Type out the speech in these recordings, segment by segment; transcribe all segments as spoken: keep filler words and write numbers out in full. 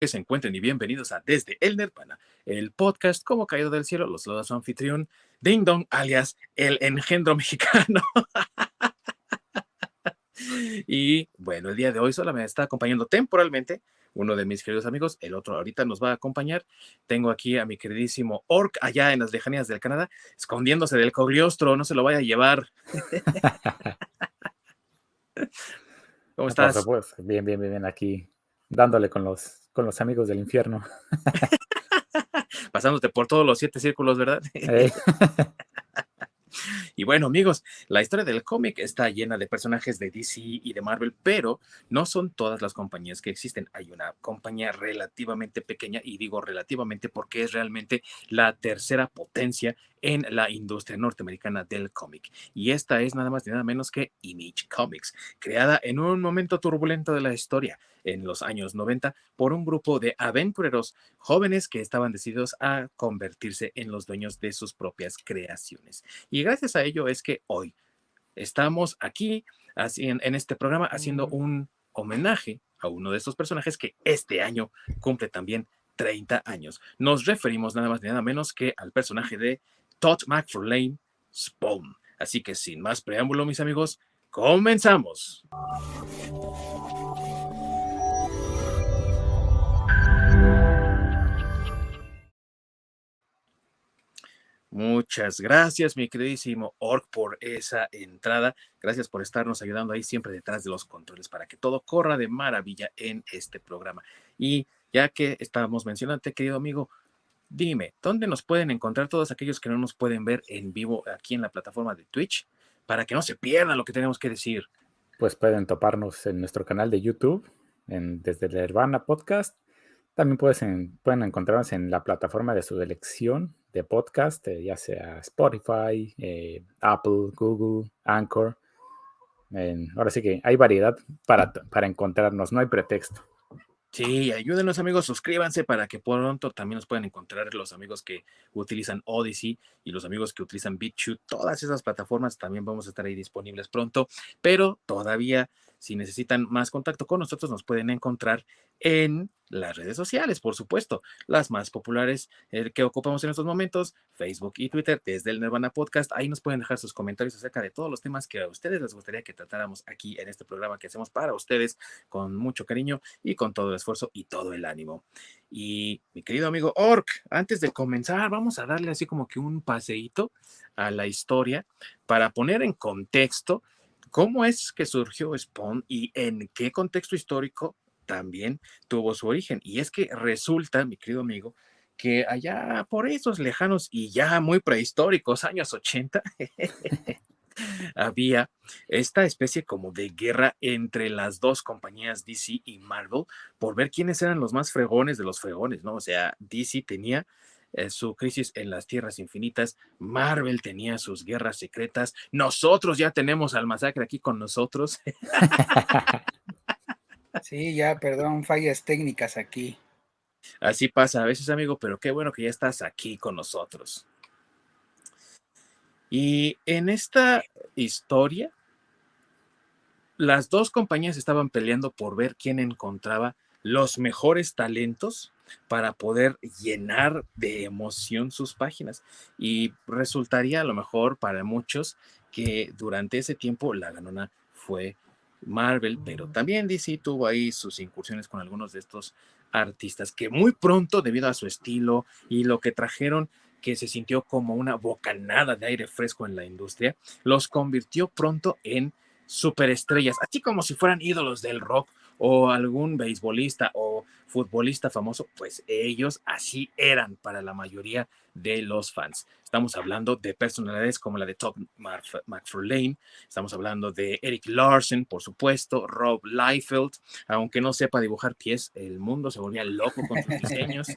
que se encuentren y bienvenidos a Desde el Nirvana, el podcast como caído del cielo. Los saluda su anfitrión, Ding Dong, alias el engendro mexicano. Y bueno, el día de hoy solo me está acompañando temporalmente uno de mis queridos amigos, el otro ahorita nos va a acompañar. Tengo aquí a mi queridísimo Orc allá en las lejanías del Canadá, escondiéndose del cogliostro, no se lo vaya a llevar. ¿Cómo No, por estás? supuesto, bien, bien, bien, bien, aquí dándole con los, con los amigos del infierno. Pasándote por todos los siete círculos, ¿verdad? Eh, Y bueno, amigos, la historia del cómic está llena de personajes de D C y de Marvel, pero no son todas las compañías que existen. Hay una compañía relativamente pequeña, y digo relativamente porque es realmente la tercera potencia en la industria norteamericana del cómic. Y esta es nada más ni nada menos que Image Comics, creada en un momento turbulento de la historia, en los años noventa, por un grupo de aventureros jóvenes que estaban decididos a convertirse en los dueños de sus propias creaciones. Y gracias a ello es que hoy estamos aquí así en, en este programa haciendo un homenaje a uno de estos personajes que este año cumple también treinta años. Nos referimos nada más ni nada menos que al personaje de Todd McFarlane, Spawn. Así que sin más preámbulo, mis amigos, comenzamos. Muchas gracias, mi queridísimo Orc, por esa entrada. Gracias por estarnos ayudando ahí siempre detrás de los controles para que todo corra de maravilla en este programa. Y ya que estábamos mencionando, querido amigo, dime, ¿dónde nos pueden encontrar todos aquellos que no nos pueden ver en vivo aquí en la plataforma de Twitch? Para que no se pierdan lo que tenemos que decir. pues pueden toparnos en nuestro canal de YouTube, en, desde el Nirvana Podcast. También puedes en- pueden encontrarnos en la plataforma de su elección de podcast, eh, ya sea Spotify, eh, Apple, Google, Anchor. En- ahora sí que hay variedad para, para encontrarnos, no hay pretexto. Sí, ayúdenos amigos, suscríbanse para que pronto también nos puedan encontrar los amigos que utilizan Odyssey y los amigos que utilizan BitChute. Todas esas plataformas también vamos a estar ahí disponibles pronto, pero todavía si necesitan más contacto con nosotros nos pueden encontrar en las redes sociales, por supuesto, las más populares eh, que ocupamos en estos momentos, Facebook y Twitter, desde el Nirvana Podcast. Ahí nos pueden dejar sus comentarios acerca de todos los temas que a ustedes les gustaría que tratáramos aquí en este programa que hacemos para ustedes con mucho cariño y con todo el esfuerzo y todo el ánimo. Y mi querido amigo Orc, antes de comenzar, vamos a darle así como que un paseíto a la historia para poner en contexto cómo es que surgió Spawn y en qué contexto histórico también tuvo su origen. Y es que resulta, mi querido amigo, que allá por esos lejanos y ya muy prehistóricos años ochenta, había esta especie como de guerra entre las dos compañías D C y Marvel por ver quiénes eran los más fregones de los fregones, ¿no? O sea, D C tenía eh, su crisis en las tierras infinitas, Marvel tenía sus guerras secretas, nosotros ya tenemos al masacre aquí con nosotros. Sí, ya, perdón, fallas técnicas aquí. Así pasa a veces, amigo, pero qué bueno que ya estás aquí con nosotros. Y en esta historia, las dos compañías estaban peleando por ver quién encontraba los mejores talentos para poder llenar de emoción sus páginas. Y resultaría a lo mejor para muchos que durante ese tiempo la ganona fue Marvel, pero también D C tuvo ahí sus incursiones con algunos de estos artistas que muy pronto, debido a su estilo y lo que trajeron, que se sintió como una bocanada de aire fresco en la industria, los convirtió pronto en superestrellas, así como si fueran ídolos del rock o algún beisbolista o futbolista famoso, pues ellos así eran para la mayoría de los fans. Estamos hablando de personalidades como la de Todd McFarlane, estamos hablando de Eric Larson, por supuesto, Rob Liefeld, aunque no sepa dibujar pies, el mundo se volvía loco con sus diseños.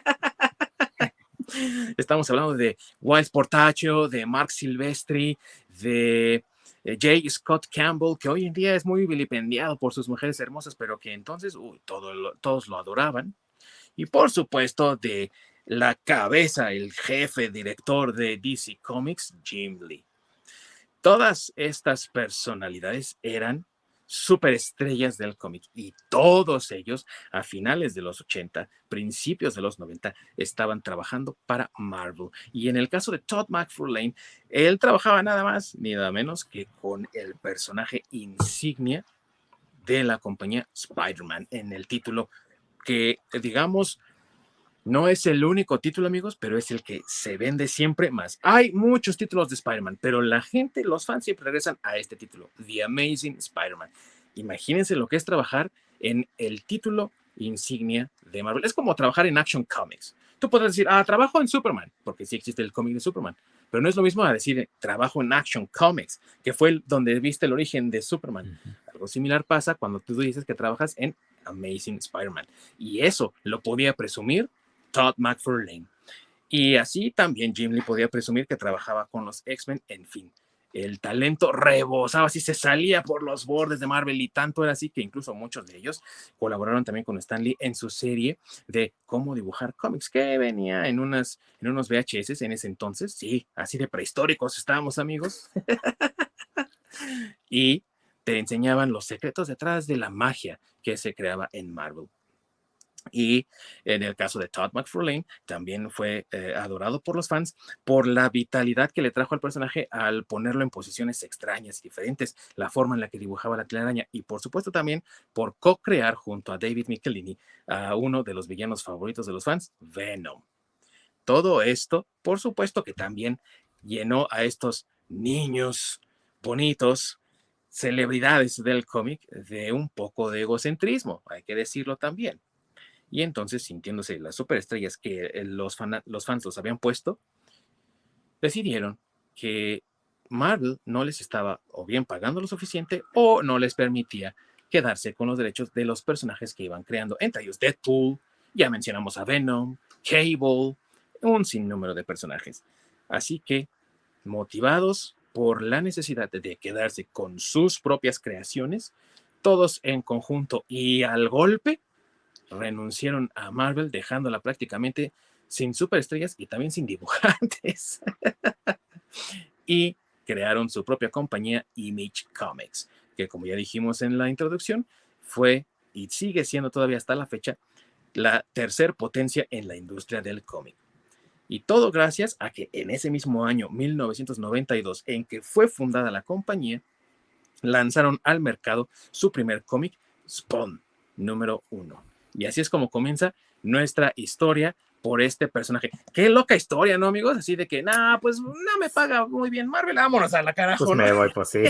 Estamos hablando de Wiles Portacio, de Mark Silvestri, de eh, J. Scott Campbell, que hoy en día es muy vilipendiado por sus mujeres hermosas, pero que entonces uy, todo lo, todos lo adoraban. Y por supuesto de la cabeza, el jefe director de D C Comics, Jim Lee. Todas estas personalidades eran superestrellas del cómic, y todos ellos a finales de los ochenta, principios de los noventa, estaban trabajando para Marvel. Y en el caso de Todd McFarlane, él trabajaba nada más ni nada menos que con el personaje insignia de la compañía Spider-Man en el título que, digamos, no es el único título, amigos, pero es el que se vende siempre más. Hay muchos títulos de Spider-Man, pero la gente, los fans siempre regresan a este título, The Amazing Spider-Man. Imagínense lo que es trabajar en el título insignia de Marvel. Es como trabajar en Action Comics. Tú podrás decir, ah, trabajo en Superman, porque sí existe el cómic de Superman, pero no es lo mismo a decir, trabajo en Action Comics, que fue el, donde viste el origen de Superman. Uh-huh. Algo similar pasa cuando tú dices que trabajas en Amazing Spider-Man. Y eso lo podía presumir Todd McFarlane. Y así también Jim Lee podía presumir que trabajaba con los X-Men. En fin, el talento rebosaba, así se salía por los bordes de Marvel, y tanto era así que incluso muchos de ellos colaboraron también con Stan Lee en su serie de cómo dibujar cómics, que venía en, unas, en unos V H S en ese entonces. Sí, así de prehistóricos estábamos, amigos. Y te enseñaban los secretos detrás de la magia que se creaba en Marvel. Y en el caso de Todd McFarlane, también fue eh, adorado por los fans por la vitalidad que le trajo al personaje al ponerlo en posiciones extrañas y diferentes, la forma en la que dibujaba la telaraña, y por supuesto también por co-crear junto a David Michelinie a uno de los villanos favoritos de los fans, Venom. Todo esto, por supuesto que también llenó a estos niños bonitos, celebridades del cómic, de un poco de egocentrismo, hay que decirlo también. Y entonces, sintiéndose las superestrellas que los, fan, los fans los habían puesto, decidieron que Marvel no les estaba o bien pagando lo suficiente o no les permitía quedarse con los derechos de los personajes que iban creando, entre ellos Deadpool, ya mencionamos a Venom, Cable, un sinnúmero de personajes. Así que, motivados por la necesidad de quedarse con sus propias creaciones, todos en conjunto y al golpe, renunciaron a Marvel, dejándola prácticamente sin superestrellas y también sin dibujantes. Y crearon su propia compañía, Image Comics, que, como ya dijimos en la introducción, fue y sigue siendo todavía hasta la fecha la tercer potencia en la industria del cómic. Y todo gracias a que en ese mismo año, mil novecientos noventa y dos, en que fue fundada la compañía, lanzaron al mercado su primer cómic, Spawn, número uno. Y así es como comienza nuestra historia por este personaje. Qué loca historia, ¿no, amigos? Así de que, nah, pues no me paga muy bien Marvel, vámonos a la carajo. Pues ¿no? me voy, pues sí.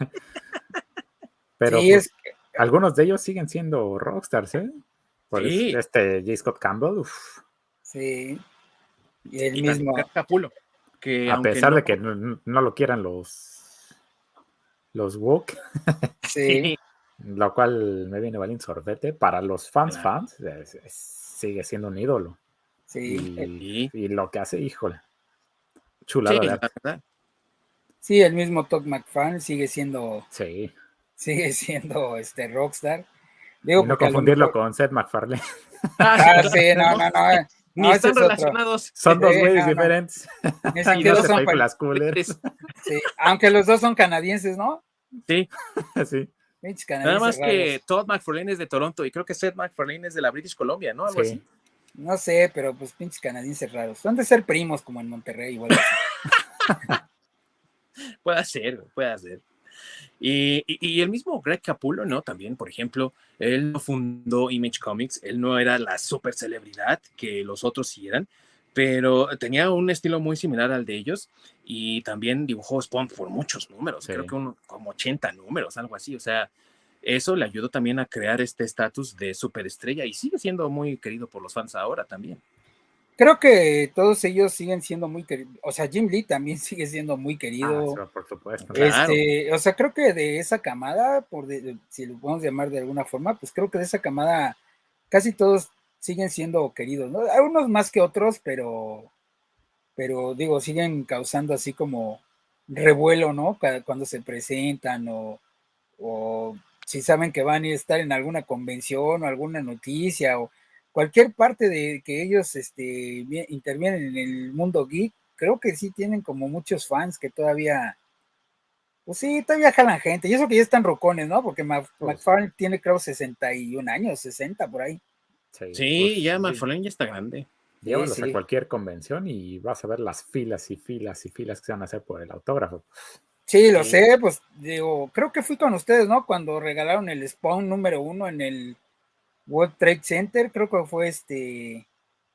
Pero sí, pues, es que... algunos de ellos siguen siendo rockstars, ¿eh? Por sí. Este J. Scott Campbell, uff. Sí. Y el y mismo. Capulo, que a pesar no... de que no, no lo quieran los los woke. Sí. Lo cual me viene valiendo sorbete. Para los fans, claro. fans, es, es, sigue siendo un ídolo. Sí. Y, y lo que hace, híjole, chulada sí, de arte. ¿verdad? Sí, el mismo Todd McFarlane sigue siendo, sí. sigue siendo este rockstar. Digo, y no confundirlo mejor... con Seth MacFarlane. Ah, sí, ah, sí no, no, no. no Ni están es relacionados. Son dos güeyes sí, no, diferentes. No. Y no son películas coolers. Sí, aunque los dos son canadienses, ¿no? Sí. sí. Nada más raros. Que Todd McFarlane es de Toronto y creo que Seth MacFarlane es de la British Columbia, ¿no? Algo sí. así. No sé, pero pues pinches canadienses raros. Son de ser primos como en Monterrey, igual. puede ser, puede ser. Y, y, y el mismo Greg Capullo, ¿no? También, por ejemplo, él no fundó Image Comics, él no era la super celebridad que los otros sí eran, pero tenía un estilo muy similar al de ellos y también dibujó Spawn por muchos números, sí. creo que un, como ochenta números, algo así, o sea, eso le ayudó también a crear este estatus de superestrella y sigue siendo muy querido por los fans ahora también. Creo que todos ellos siguen siendo muy queridos, o sea, Jim Lee también sigue siendo muy querido. Ah, por supuesto. Este, claro. O sea, creo que de esa camada, por de, si lo podemos llamar de alguna forma, pues creo que de esa camada casi todos siguen siendo queridos, ¿no? Hay unos más que otros, pero, pero digo, siguen causando así como revuelo, ¿no? Cuando se presentan o, o si saben que van a estar en alguna convención o alguna noticia o cualquier parte de que ellos este, intervienen en el mundo geek, creo que sí tienen como muchos fans que todavía Pues sí, todavía jalan gente, y eso que ya están rocones, ¿no? Porque Mac- Pues, McFarlane tiene creo sesenta y un años, sesenta por ahí. sí, Sí, pues ya sí, McFarlane ya está grande. Sí, llévalos a sí. cualquier convención y vas a ver las filas y filas y filas que se van a hacer por el autógrafo. Sí, lo Sí. sé, pues digo, creo que fui con ustedes, ¿no? Cuando regalaron el Spawn número uno en el World Trade Center, creo que fue este,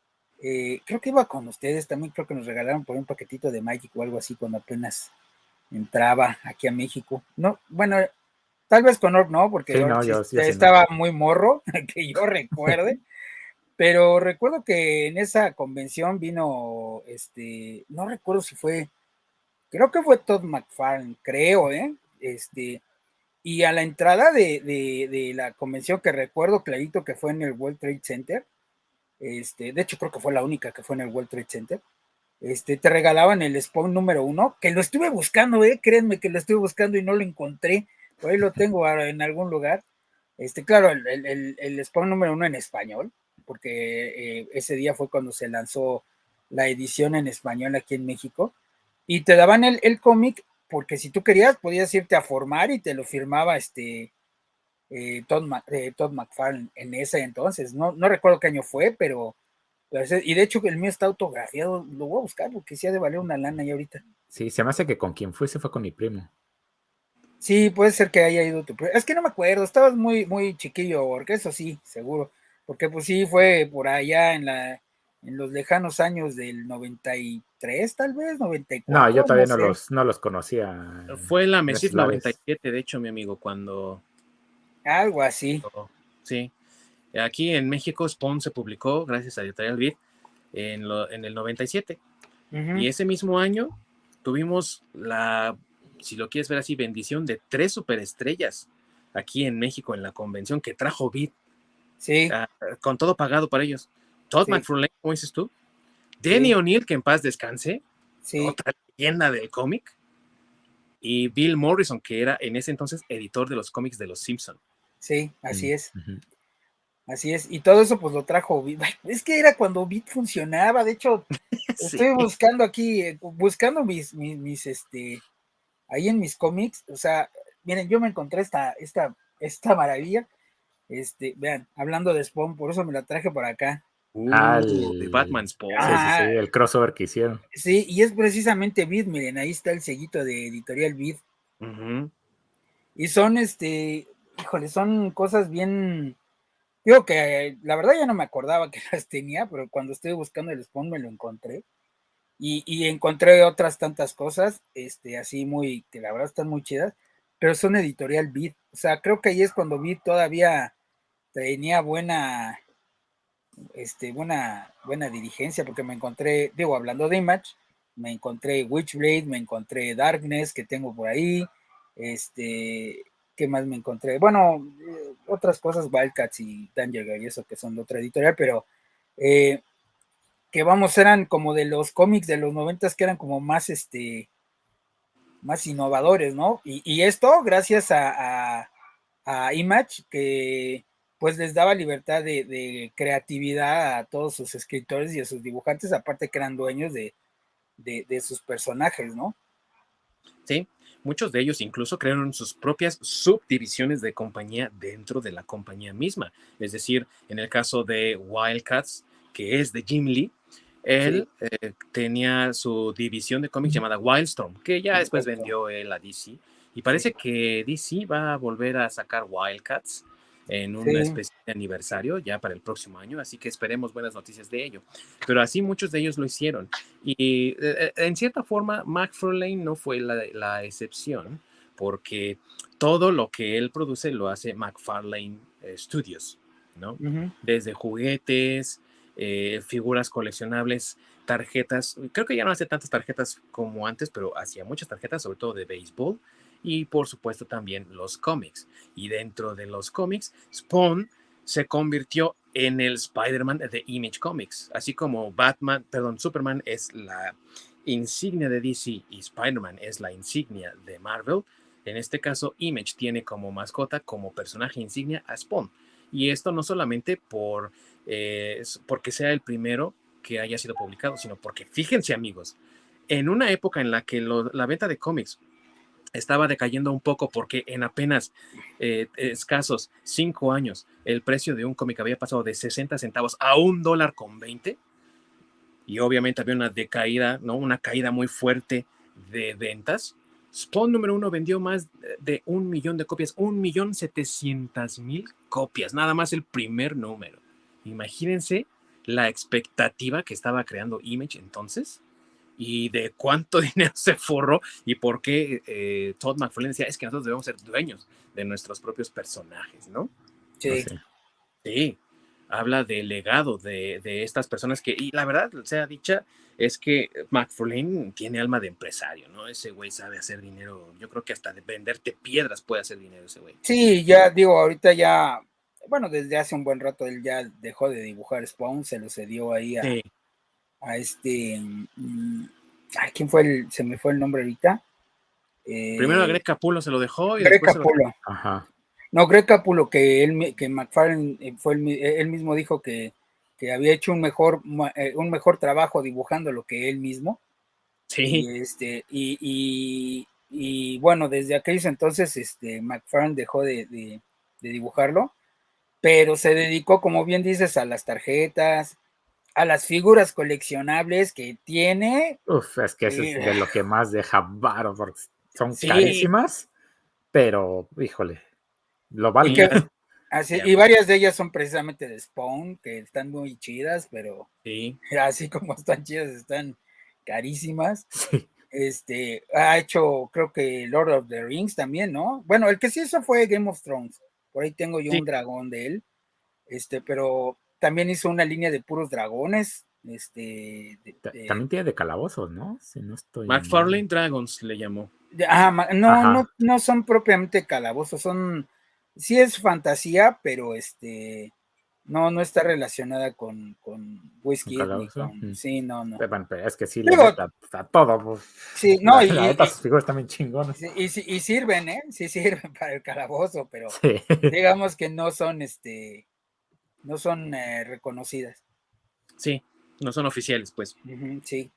eh, creo que iba con ustedes también, creo que nos regalaron por un paquetito de Magic o algo así cuando apenas entraba aquí a México. No, bueno, tal vez con Orc no, porque Sí, Orc no, sí yo, yo sí no. estaba muy morro, que yo recuerde, pero recuerdo que en esa convención vino, este, no recuerdo si fue, creo que fue Todd McFarlane, creo, ¿eh? Este, y a la entrada de, de, de la convención que recuerdo clarito que fue en el World Trade Center, este, de hecho creo que fue la única que fue en el World Trade Center, este, te regalaban el Spawn número uno, que lo estuve buscando, eh, créanme que lo estuve buscando y no lo encontré, por ahí lo tengo en algún lugar, este, claro, el, el, el Spawn número uno en español, porque eh, ese día fue cuando se lanzó la edición en español aquí en México, y te daban el, el cómic, porque si tú querías, podías irte a formar y te lo firmaba este eh, Todd, eh, Todd McFarlane en ese entonces, no, no recuerdo qué año fue, pero y de hecho el mío está autografiado, lo voy a buscar porque sí ha de valer una lana ya ahorita. Sí, se me hace que con quien fue se fue con mi primo. Sí, puede ser que haya ido tu primo. Es que no me acuerdo, estabas muy, muy chiquillo, porque eso sí, seguro. Porque pues sí, fue por allá en la, en los lejanos años del noventa y tres, tal vez, noventa y No, yo cuatro, no todavía no sé. los, no los conocía Fue la en esos MESIF noventa y lares. siete, de hecho, mi amigo, cuando... Algo así. Sí. Aquí en México, Spawn se publicó, gracias a Editorial Vid, en, lo, en el noventa y siete. Uh-huh. Y ese mismo año tuvimos la, si lo quieres ver así, bendición de tres superestrellas aquí en México en la convención que trajo Vid. Sí. Uh, con todo pagado para ellos. Todd sí. McFarlane, ¿cómo dices tú? Denny sí. O'Neill, que en paz descanse, sí. Otra leyenda del cómic. Y Bill Morrison, que era en ese entonces editor de los cómics de Los Simpson. Sí, así mm. es. Uh-huh. Así es, y todo eso pues lo trajo Vid. Es que era cuando Vid funcionaba, de hecho, sí. Estoy buscando aquí, buscando mis, mis, mis, este, ahí en mis cómics, o sea, miren, yo me encontré esta, esta, esta maravilla, este, vean, hablando de Spawn, por eso me la traje por acá. Uh, ah, el, de Batman Spawn. Sí, sí, sí, el crossover que hicieron. Sí, y es precisamente Vid, miren, ahí está el sellito de Editorial Vid. Uh-huh. Y son, este, híjole, son cosas bien... Digo que la verdad ya no me acordaba que las tenía, pero cuando estuve buscando el Spawn me lo encontré. Y, y encontré otras tantas cosas, este, así muy, que la verdad están muy chidas, pero son editorial Vid. O sea, creo que ahí es cuando Vid todavía tenía buena, este, buena, buena dirigencia, porque me encontré, digo, hablando de Image, me encontré Witchblade, me encontré Darkness, que tengo por ahí, este... ¿Qué más me encontré? Bueno, eh, otras cosas, Wildcats y Danger y eso que son de otra editorial, pero eh, que vamos, eran como de los cómics de los noventas que eran como más, este, más innovadores, ¿no? Y, y esto gracias a, a, a Image, que pues les daba libertad de, de creatividad a todos sus escritores y a sus dibujantes, aparte que eran dueños de, de, de sus personajes, ¿no? Sí. Muchos de ellos incluso crearon sus propias subdivisiones de compañía dentro de la compañía misma. Es decir, en el caso de Wildcats, que es de Jim Lee, él sí. eh, tenía su división de cómics llamada Wildstorm, que ya después vendió él a D C. Y parece sí. que D C va a volver a sacar Wildcats en una sí. especie de aniversario ya para el próximo año, así que esperemos buenas noticias de ello. Pero así muchos de ellos lo hicieron. Y eh, en cierta forma, McFarlane no fue la, la excepción, porque todo lo que él produce lo hace McFarlane eh, Studios, ¿no? Uh-huh. Desde juguetes, eh, figuras coleccionables, tarjetas. Creo que ya no hace tantas tarjetas como antes, pero hacía muchas tarjetas, sobre todo de béisbol. Y por supuesto también los cómics. Y dentro de los cómics, Spawn se convirtió en el Spider-Man de Image Comics, así como Batman, perdón, Superman es la insignia de D C y Spider-Man es la insignia de Marvel. En este caso, Image tiene como mascota, como personaje insignia a Spawn. Y esto no solamente por eh, porque sea el primero que haya sido publicado, sino porque, fíjense amigos, en una época en la que lo, la venta de cómics estaba decayendo un poco porque en apenas eh, escasos cinco años el precio de un cómic había pasado de sesenta centavos a un dólar con veinte, y obviamente había una decaída, ¿no? Una caída muy fuerte de ventas. Spawn número uno vendió más de un millón de copias, un millón setecientas mil copias, nada más el primer número. Imagínense la expectativa que estaba creando Image entonces y de cuánto dinero se forró y por qué eh, Todd McFarlane decía, es que nosotros debemos ser dueños de nuestros propios personajes, ¿no? Sí. Sí. Sí, habla del legado de, de estas personas que, y la verdad, sea dicha, es que McFarlane tiene alma de empresario, ¿no? Ese güey sabe hacer dinero. Yo creo que hasta de venderte piedras puede hacer dinero ese güey. Sí, ya digo, ahorita ya, bueno, desde hace un buen rato él ya dejó de dibujar Spawn, se lo cedió ahí a, Sí. a este, mm, ay, ¿quién fue el, se me fue el nombre ahorita? Eh, Primero a Greg Capullo se lo dejó y Greg después se lo... Capullo. Ajá. No, Greg Capullo, que él, que McFarlane fue el, él mismo dijo que, que había hecho un mejor, un mejor trabajo dibujando lo que él mismo. Sí. Y este, y, y, y bueno, desde aquellos entonces, este, McFarlane dejó de, de, de dibujarlo, pero se dedicó, como bien dices, a las tarjetas, a las figuras coleccionables que tiene. Uf, es que eso es Eh, de lo que más deja varo, porque son sí, carísimas, pero, híjole, lo y, valen. que, así, y varias de ellas son precisamente de Spawn, que están muy chidas, pero sí. así como están chidas, están carísimas. Sí. Este, ha hecho, creo que Lord of the Rings también, ¿no? Bueno, el que sí hizo fue Game of Thrones. Por ahí tengo yo Sí. un dragón de él. Este, pero también hizo una línea de puros dragones. Este, de, de, También tiene de calabozos, ¿no? Si no estoy McFarlane mal. Dragons le llamó. de ah, no, Ajá. no, no son propiamente calabozos, son, sí es fantasía, pero este, no, no está relacionada con, con whisky, ni con, Mm. sí, no, no. Bueno, pero es que sí Digo, le mete a, a todo, pues. Sí, no, La, y, la y, neta, sus figuras también chingonas. y, y, y sirven, ¿eh? Sí sirven para el calabozo, pero Sí. digamos que no son, este, no son eh, reconocidas. Sí, no son oficiales, pues. Uh-huh, sí.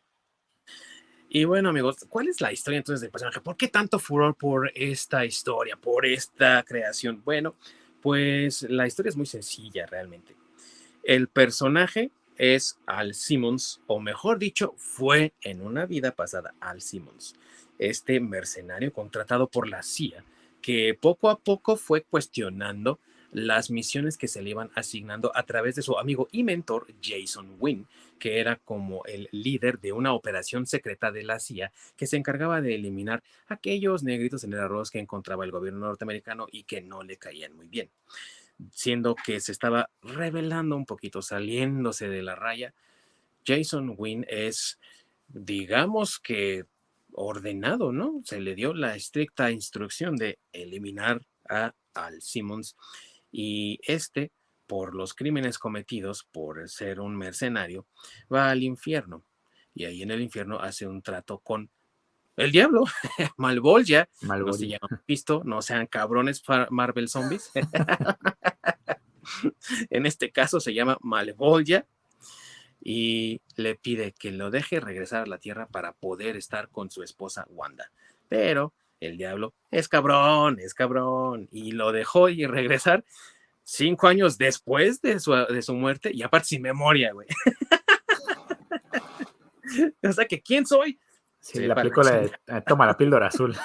Y bueno, amigos, ¿cuál es la historia entonces del personaje? ¿Por qué tanto furor por esta historia, por esta creación? Bueno, pues la historia es muy sencilla realmente. El personaje es Al Simmons, o mejor dicho, fue en una vida pasada Al Simmons, este mercenario contratado por la C I A, que poco a poco fue cuestionando las misiones que se le iban asignando a través de su amigo y mentor Jason Wynn, que era como el líder de una operación secreta de la C I A que se encargaba de eliminar aquellos negritos en el arroz que encontraba el gobierno norteamericano y que no le caían muy bien. Siendo que se estaba revelando un poquito, saliéndose de la raya, Jason Wynn es, digamos que ordenado, ¿no? Se le dio la estricta instrucción de eliminar a Al Simmons y este, por los crímenes cometidos por ser un mercenario, va al infierno y ahí en el infierno hace un trato con el diablo, Malvolja, no se llaman visto, no sean cabrones Marvel Zombies. En este caso se llama Malvolja y le pide que lo deje regresar a la Tierra para poder estar con su esposa Wanda. Pero el diablo es cabrón, es cabrón, y lo dejó y regresar cinco años después de su, de su muerte, y aparte sin memoria, güey. O sea que, ¿quién soy? Sí, la película de eh, Toma la píldora azul.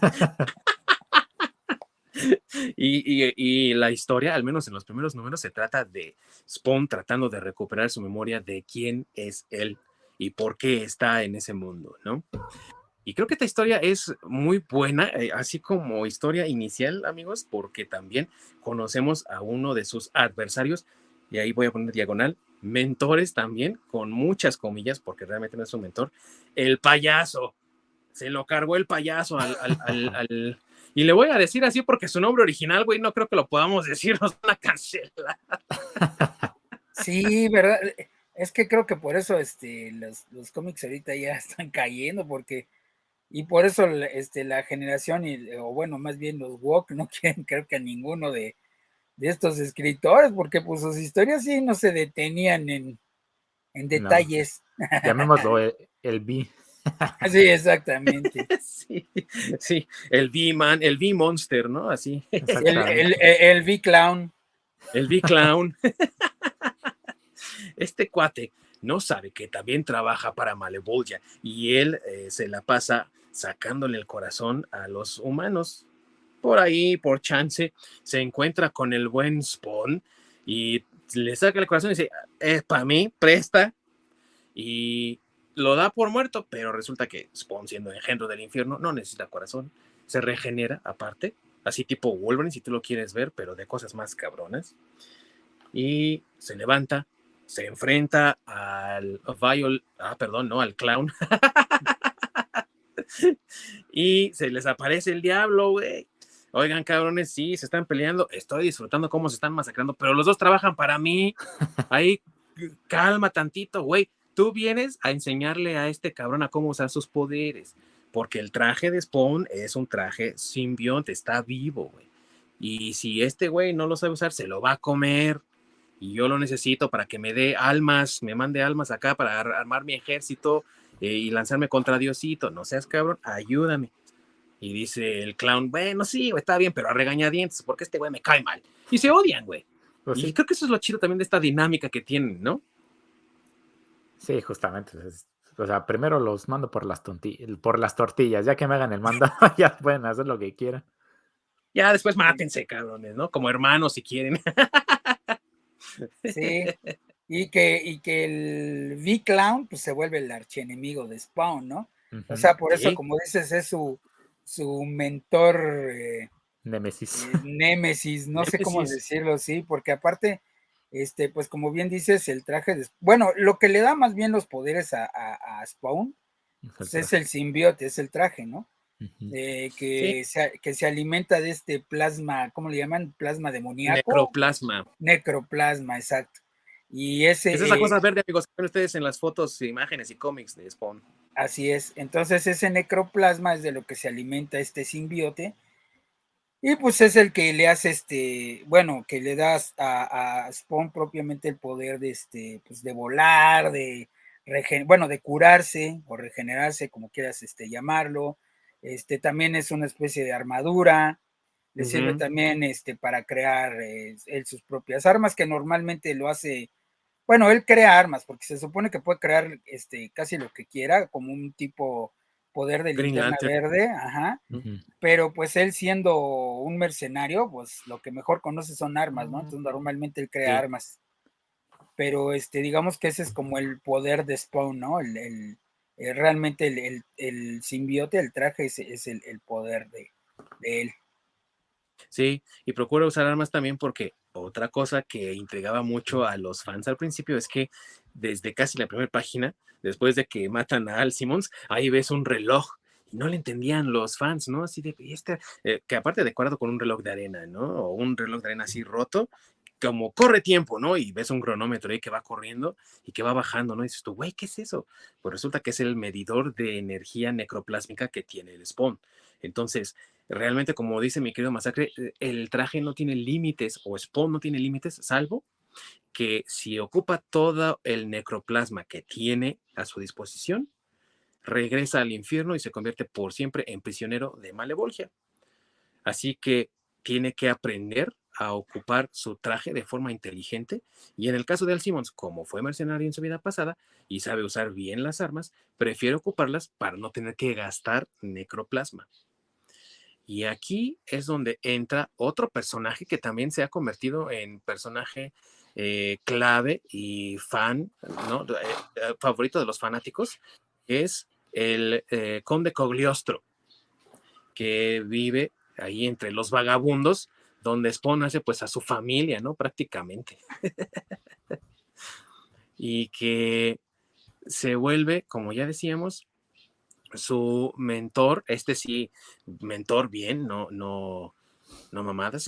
Y, y, y la historia, al menos en los primeros números, se trata de Spawn tratando de recuperar su memoria de quién es él y por qué está en ese mundo, ¿no? Y creo que esta historia es muy buena, eh, así como historia inicial, amigos, porque también conocemos a uno de sus adversarios, y ahí voy a poner diagonal, mentores también, con muchas comillas, porque realmente no es un mentor, el payaso. Se lo cargó el payaso al, al, al, al... Y le voy a decir así porque su nombre original, güey, no creo que lo podamos decir, nos van a cancelar. Sí, ¿verdad? Es que creo que por eso este, los, los cómics ahorita ya están cayendo, porque, y por eso este, la generación, y, o bueno, más bien los woke no quieren, creo que a ninguno de, de estos escritores, porque pues sus historias sí no se detenían en, en detalles. No, llamémoslo el, el B. Sí, exactamente. Sí, sí, el V-Man, el V-Monster, ¿no? Así. El, el, el V-Clown. El V-Clown. Este cuate no sabe que también trabaja para Malevolgia y él eh, se la pasa sacándole el corazón a los humanos. Por ahí, por chance, se encuentra con el buen Spawn y le saca el corazón y dice, es para mí, presta. Y lo da por muerto, pero resulta que Spawn, siendo engendro del infierno, no necesita corazón. Se regenera aparte, así tipo Wolverine, si tú lo quieres ver, pero de cosas más cabronas. Y se levanta, se enfrenta al Viol, ah, perdón, no, al Clown. Y se les aparece el diablo, güey. Oigan, cabrones, sí, se están peleando. Estoy disfrutando cómo se están masacrando, pero los dos trabajan para mí. Ahí, calma tantito, güey. Tú vienes a enseñarle a este cabrón a cómo usar sus poderes. Porque el traje de Spawn es un traje simbionte, está vivo, güey. Y si este güey no lo sabe usar, se lo va a comer. Y yo lo necesito para que me dé almas, me mande almas acá para ar armar mi ejército eh, y lanzarme contra Diosito. No seas cabrón, ayúdame. Y dice el Clown, bueno, sí, güey, está bien, pero a regañadientes, porque este güey me cae mal. Y se odian, güey. Pues y sí. Creo que eso es lo chido también de esta dinámica que tienen, ¿no? Sí, justamente. Es, o sea, primero los mando por las, por las tortillas, ya que me hagan el mando, ya pueden hacer lo que quieran. Ya después mátense, cabrones, ¿no? Como hermanos si quieren. Sí, y que, y que el V-Clown pues se vuelve el archienemigo de Spawn, ¿no? Uh-huh. O sea, por eso, sí. Como dices, es su, su mentor eh, Némesis. Eh, Némesis, no Némesis. sé cómo decirlo, sí, porque aparte, este, pues como bien dices, el traje de, bueno, lo que le da más bien los poderes a, a, a Spawn pues es el simbiote, es el traje, ¿no? Uh-huh. Eh, que, sí. se, que se alimenta de este plasma, ¿cómo le llaman? Plasma demoníaco. Necroplasma. Necroplasma, exacto. Y ese. Es esa eh, cosa verde, amigos, que ven ustedes en las fotos, imágenes y cómics de Spawn. Así es. Entonces, ese necroplasma es de lo que se alimenta este simbiote. Y pues es el que le hace este, bueno, que le da a, a Spawn propiamente el poder de este, pues de volar, de regen bueno, de curarse o regenerarse, como quieras este, llamarlo. Este también es una especie de armadura. Le uh-huh. sirve también este, para crear eh, él sus propias armas, que normalmente lo hace, bueno, él crea armas, porque se supone que puede crear este, casi lo que quiera, como un tipo poder de linterna verde, ajá, uh-huh. Pero pues él siendo un mercenario, pues lo que mejor conoce son armas, ¿no? Entonces normalmente él crea sí. armas. Pero este, digamos que ese es como el poder de Spawn, ¿no? El, el, el realmente el, el, el simbiote, el traje es, es el, el poder de, de él. Sí, y procura usar armas también porque otra cosa que intrigaba mucho a los fans al principio es que desde casi la primera página, después de que matan a Al Simmons, ahí ves un reloj y no le entendían los fans, ¿no? Así de, este, eh, que aparte decorado con un reloj de arena, ¿no? O un reloj de arena así roto, como corre tiempo, ¿no? Y ves un cronómetro ahí que va corriendo y que va bajando, ¿no? Y dices tú, güey, ¿qué es eso? Pues resulta que es el medidor de energía necroplásmica que tiene el Spawn. Entonces, realmente, como dice mi querido Masacre, el traje no tiene límites, o Spawn no tiene límites, salvo que si ocupa todo el necroplasma que tiene a su disposición, regresa al infierno y se convierte por siempre en prisionero de Malevolgia. Así que tiene que aprender a ocupar su traje de forma inteligente, y en el caso de Al Simmons, como fue mercenario en su vida pasada y sabe usar bien las armas, prefiere ocuparlas para no tener que gastar necroplasma. Y aquí es donde entra otro personaje que también se ha convertido en personaje eh, clave y fan, ¿no? Eh, favorito de los fanáticos, que es el eh, Conde Cogliostro, que vive ahí entre los vagabundos, donde Spawn hace pues a su familia, ¿no? Prácticamente. Y que se vuelve, como ya decíamos, su mentor, este sí, mentor bien, no, no, no mamadas,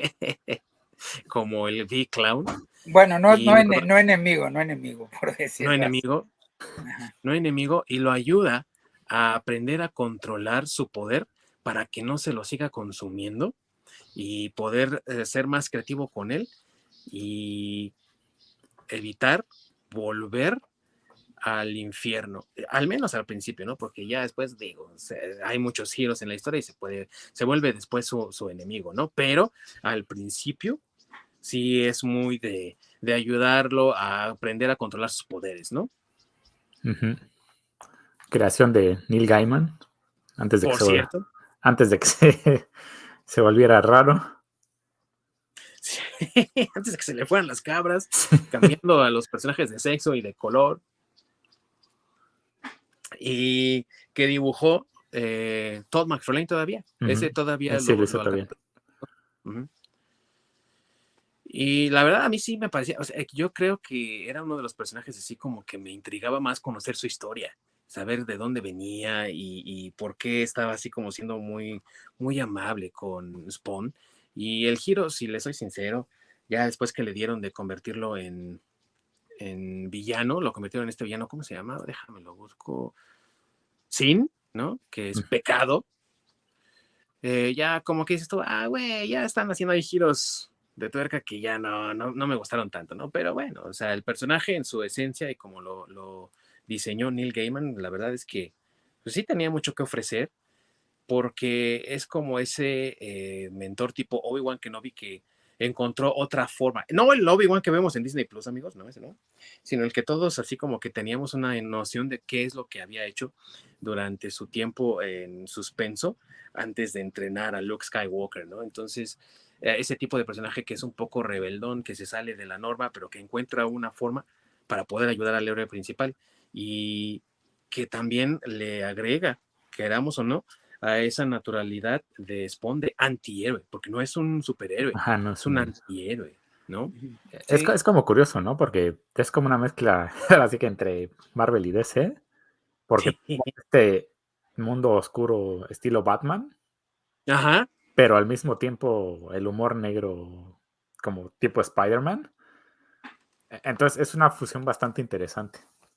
como el V-Clown. Bueno, no, no, en, no enemigo, no enemigo, por decirlo No enemigo, Ajá. no enemigo, y lo ayuda a aprender a controlar su poder para que no se lo siga consumiendo y poder eh, ser más creativo con él y evitar volver al infierno, al menos al principio, ¿no? Porque ya después, digo, se, hay muchos giros en la historia y se puede, se vuelve después su, su enemigo, ¿no? Pero al principio sí es muy de, de ayudarlo a aprender a controlar sus poderes, ¿no? Uh-huh. Creación de Neil Gaiman, antes de que Por se, cierto. antes de que se, se volviera raro. Sí, antes de que se le fueran las cabras, cambiando a los personajes de sexo y de color. Y que dibujó eh, Todd McFarlane todavía. Uh-huh. Ese todavía sí, lo, lo, lo todavía. Uh-huh. Y la verdad a mí sí me parecía, o sea, yo creo que era uno de los personajes así como que me intrigaba más conocer su historia, saber de dónde venía y, y por qué estaba así como siendo muy, muy amable con Spawn. Y el giro, si le soy sincero, ya después que le dieron de convertirlo en, en villano, lo convirtieron en este villano, ¿cómo se llama? Déjame lo busco. Sin, ¿no? Que es pecado. Eh, ya como que dices tú, ah, güey, ya están haciendo ahí giros de tuerca que ya no, no, no me gustaron tanto, ¿no? Pero bueno, o sea, el personaje en su esencia y como lo, lo diseñó Neil Gaiman, la verdad es que pues, sí tenía mucho que ofrecer, porque es como ese eh, mentor tipo Obi-Wan Kenobi que encontró otra forma. No el Obi-Wan que vemos en Disney Plus, amigos, no ese no, sino el que todos así como que teníamos una noción de qué es lo que había hecho durante su tiempo en suspenso antes de entrenar a Luke Skywalker, ¿no? Entonces, eh, ese tipo de personaje que es un poco rebeldón, que se sale de la norma, pero que encuentra una forma para poder ayudar al héroe principal y que también le agrega, queramos o no, a esa naturalidad de Spawn de antihéroe, porque no es un superhéroe, Ajá, no es, es un antihéroe, ¿no? Es, sí. es como curioso, ¿no? Porque es como una mezcla, así que entre Marvel y D C, porque sí. Este mundo oscuro estilo Batman, ajá, pero al mismo tiempo el humor negro como tipo Spider-Man. Entonces es una fusión bastante interesante.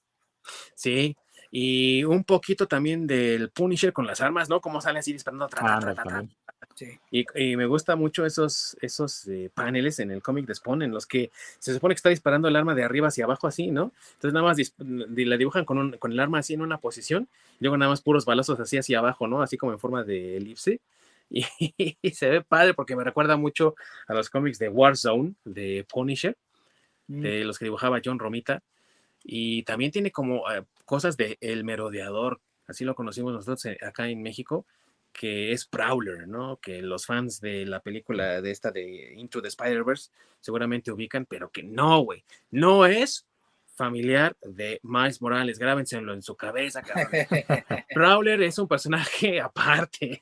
Sí, y un poquito también del Punisher con las armas, ¿no? Como sale así disparando. Tra, tra, ah, tra, tra, también. Sí. Y, y me gusta mucho esos, esos eh, paneles en el cómic de Spawn en los que se supone que está disparando el arma de arriba hacia abajo así, ¿no? Entonces nada más la dibujan con, un, con el arma así en una posición y luego nada más puros balazos así hacia abajo, ¿no? Así como en forma de elipse. Y, y se ve padre porque me recuerda mucho a los cómics de Warzone, de Punisher, mm. de los que dibujaba John Romita. Y también tiene como uh, cosas de El Merodeador, así lo conocimos nosotros eh, acá en México, que es Prowler, ¿no? Que los fans de la película de esta de Into the Spider-Verse seguramente ubican, pero que no, güey, no es familiar de Miles Morales, grábenselo en su cabeza, cabrón. Prowler es un personaje aparte.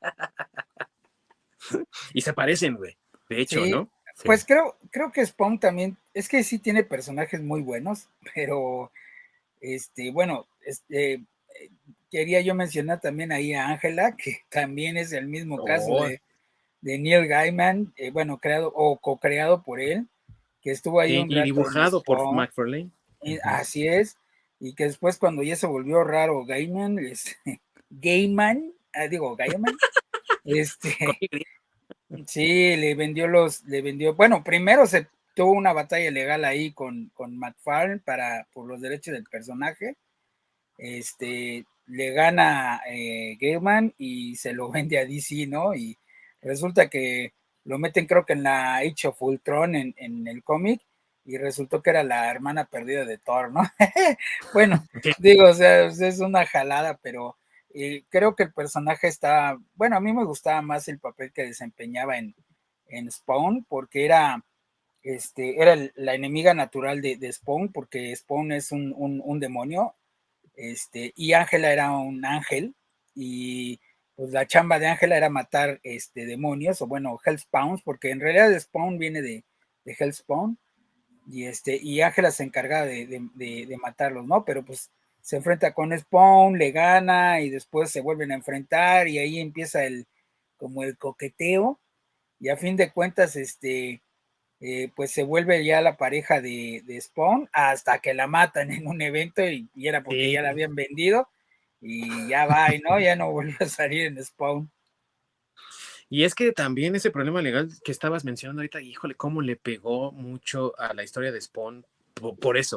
Y se parecen, güey, de hecho, sí, ¿no? Pues sí. creo, creo que Spawn también, es que sí tiene personajes muy buenos, pero este, bueno, este, quería yo mencionar también ahí a Ángela, que también es el mismo oh. caso de, de Neil Gaiman, eh, bueno, creado o co-creado por él, que estuvo ahí sí, un rato y dibujado por McFarlane. Y, uh-huh. Así es, y que después cuando ya se volvió raro Gaiman, este, Gaiman, ah, digo, Gaiman, este, sí, le vendió los, le vendió, bueno, primero se tuvo una batalla legal ahí con, con McFarlane para, por los derechos del personaje, este, le gana eh, Gaiman y se lo vende a D C, ¿no? Y resulta que lo meten creo que en la Age of Ultron en, en el cómic y resultó que era la hermana perdida de Thor, ¿no? Bueno, digo, o sea, es una jalada, pero eh, creo que el personaje está, bueno, a mí me gustaba más el papel que desempeñaba en, en Spawn, porque era, este, era la enemiga natural de, de Spawn, porque Spawn es un, un, un demonio, este, y Ángela era un ángel, y pues la chamba de Ángela era matar este, demonios, o bueno, Hellspawns, porque en realidad Spawn viene de, de Hellspawn, y este, y Ángela se encarga de, de, de, de matarlos, ¿no? Pero pues se enfrenta con Spawn, le gana, y después se vuelven a enfrentar, y ahí empieza el, como el coqueteo, y a fin de cuentas, este, eh, pues se vuelve ya la pareja de, de Spawn, hasta que la matan en un evento, y, y era porque sí. ya la habían vendido, y ya va, ¿no? Ya no volvió a salir en Spawn. Y es que también ese problema legal que estabas mencionando ahorita, híjole, cómo le pegó mucho a la historia de Spawn por, por eso,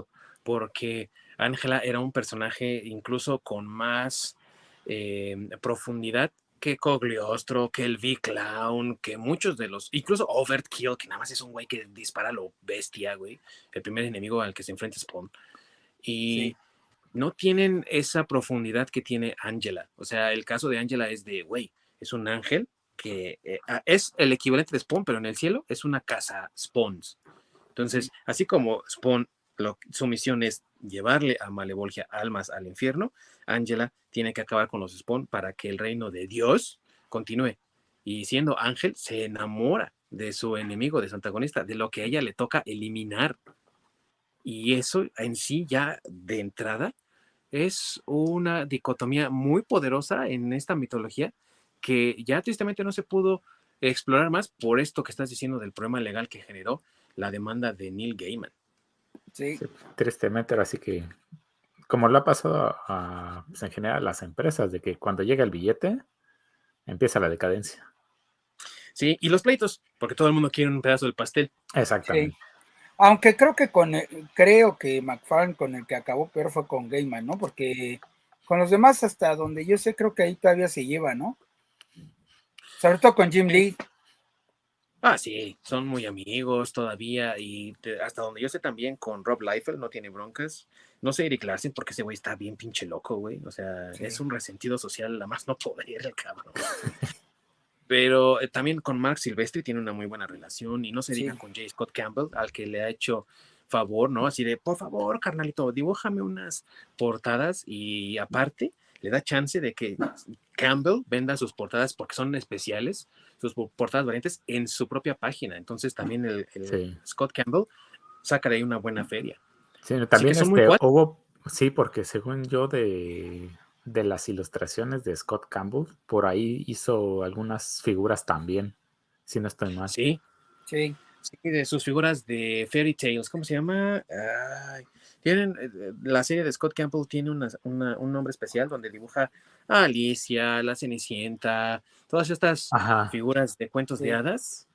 porque Ángela era un personaje incluso con más eh, profundidad que Cogliostro, que el V-Clown, que muchos de los, incluso Overkill, que nada más es un güey que dispara a lo bestia, güey, el primer enemigo al que se enfrenta Spawn. Y Sí. no tienen esa profundidad que tiene Angela. O sea, el caso de Angela es de, güey, es un ángel que eh, es el equivalente de Spawn, pero en el cielo es una casa Spawns. Entonces, así como Spawn, lo, su misión es llevarle a Malevolgia almas al infierno, Angela tiene que acabar con los Spawn para que el reino de Dios continúe. Y siendo ángel, se enamora de su enemigo, de su antagonista, de lo que a ella le toca eliminar. Y eso en sí ya de entrada es una dicotomía muy poderosa en esta mitología que ya tristemente no se pudo explorar más por esto que estás diciendo del problema legal que generó la demanda de Neil Gaiman. Sí. Sí, tristemente, ahora sí que, como lo ha pasado a, pues en general a las empresas, de que cuando llega el billete, empieza la decadencia. Sí, y los pleitos, porque todo el mundo quiere un pedazo del pastel. Exactamente. Sí. Aunque creo que con el- creo que McFarlane con el que acabó peor fue con Gaiman, ¿no? Porque con los demás, hasta donde yo sé, creo que ahí todavía se lleva, ¿no? Sobre todo con Jim Lee. Ah, sí, son muy amigos todavía y te, hasta donde yo sé también con Rob Liefeld no tiene broncas. No sé Eric Larsen porque ese güey está bien pinche loco, güey. O sea, Sí. es un resentido social a más no poder el cabrón. Pero eh, también con Mark Silvestri tiene una muy buena relación y no se Sí. digan con J. Scott Campbell, al que le ha hecho favor, ¿no? Así de, por favor, carnalito, dibújame unas portadas y aparte le da chance de que Campbell venda sus portadas porque son especiales, sus portadas variantes en su propia página. Entonces también el, el Sí. Scott Campbell saca de ahí una buena feria. Sí, Así que también son muy este, cuates. hubo, sí, porque según yo de, de las ilustraciones de Scott Campbell, por ahí hizo algunas figuras también, si no estoy mal. Sí, Sí. sí, de sus figuras de Fairy Tales, ¿cómo se llama? Ay, tienen, eh, la serie de Scott Campbell tiene una, una, un nombre especial donde dibuja a Alicia, la Cenicienta, todas estas Ajá. figuras de cuentos Sí. de hadas,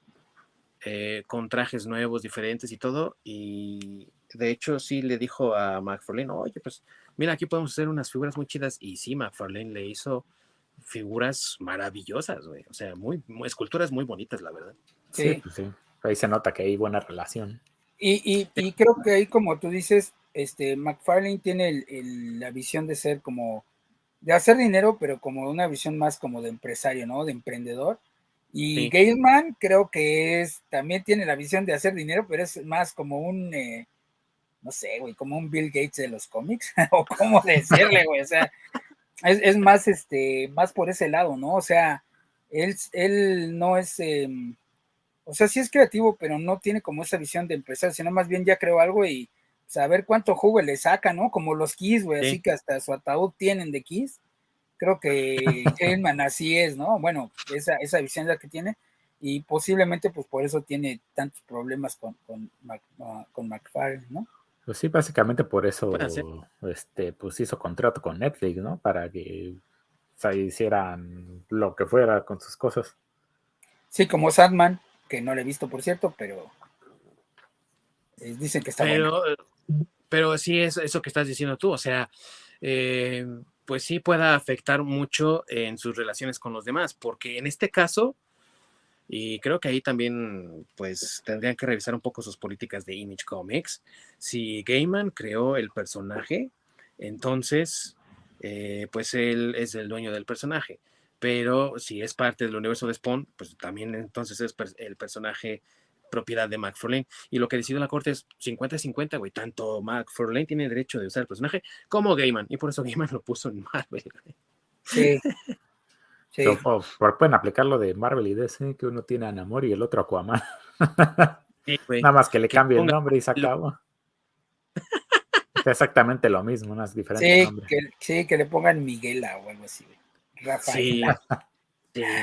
eh, con trajes nuevos, diferentes y todo, y de hecho sí le dijo a McFarlane, oye, pues mira, aquí podemos hacer unas figuras muy chidas, y sí, McFarlane le hizo figuras maravillosas, güey, o sea, muy, muy, esculturas muy bonitas, la verdad. Sí, Sí. pues sí. Ahí se nota que hay buena relación. Y, y, y creo que ahí, como tú dices, este McFarlane tiene el, el, la visión de ser como, de hacer dinero, pero como una visión más como de empresario, ¿no? De emprendedor. Y Sí. Gaiman creo que es, también tiene la visión de hacer dinero, pero es más como un, eh, no sé, güey, como un Bill Gates de los cómics, o cómo decirle, güey, o sea, es, es, más, este, más por ese lado, ¿no? O sea, él, él no es, eh, o sea, sí es creativo, pero no tiene como esa visión de empresario, sino más bien ya creó algo y saber cuánto jugo le saca, ¿no? Como los Kiss, güey, Sí. así que hasta su ataúd tienen de Kiss. Creo que Gaiman así es, ¿no? Bueno, esa, esa visión es la que tiene y posiblemente pues por eso tiene tantos problemas con, con, Mac, con McFarlane, ¿no? Pues sí, básicamente por Puede ser. eso este, pues hizo contrato con Netflix, ¿no? Para que o sea, hicieran lo que fuera con sus cosas. Sí, como Sandman, que no le he visto, por cierto, pero eh, dicen que está buena. Pero, pero sí es eso que estás diciendo tú, o sea, eh, pues sí pueda afectar mucho en sus relaciones con los demás, porque en este caso, y creo que ahí también pues tendrían que revisar un poco sus políticas de Image Comics. Si Gaiman creó el personaje, entonces eh, pues él es el dueño del personaje. Pero si es parte del universo de Spawn, pues también entonces es el personaje propiedad de McFarlane. Y lo que decidió la corte es cincuenta cincuenta, güey. Tanto McFarlane tiene derecho de usar el personaje como Gaiman. Y por eso Gaiman lo puso en Marvel. Sí, sí. So, oh, pueden aplicar lo de Marvel y D C, que uno tiene a Namor y el otro Aquaman. Sí, güey. Nada más que le Que cambie el ponga nombre y se acabó. Es exactamente lo mismo, no es diferente Sí, nombre. que, sí, que le pongan Miguela o algo así, Rafaela. Sí, sí.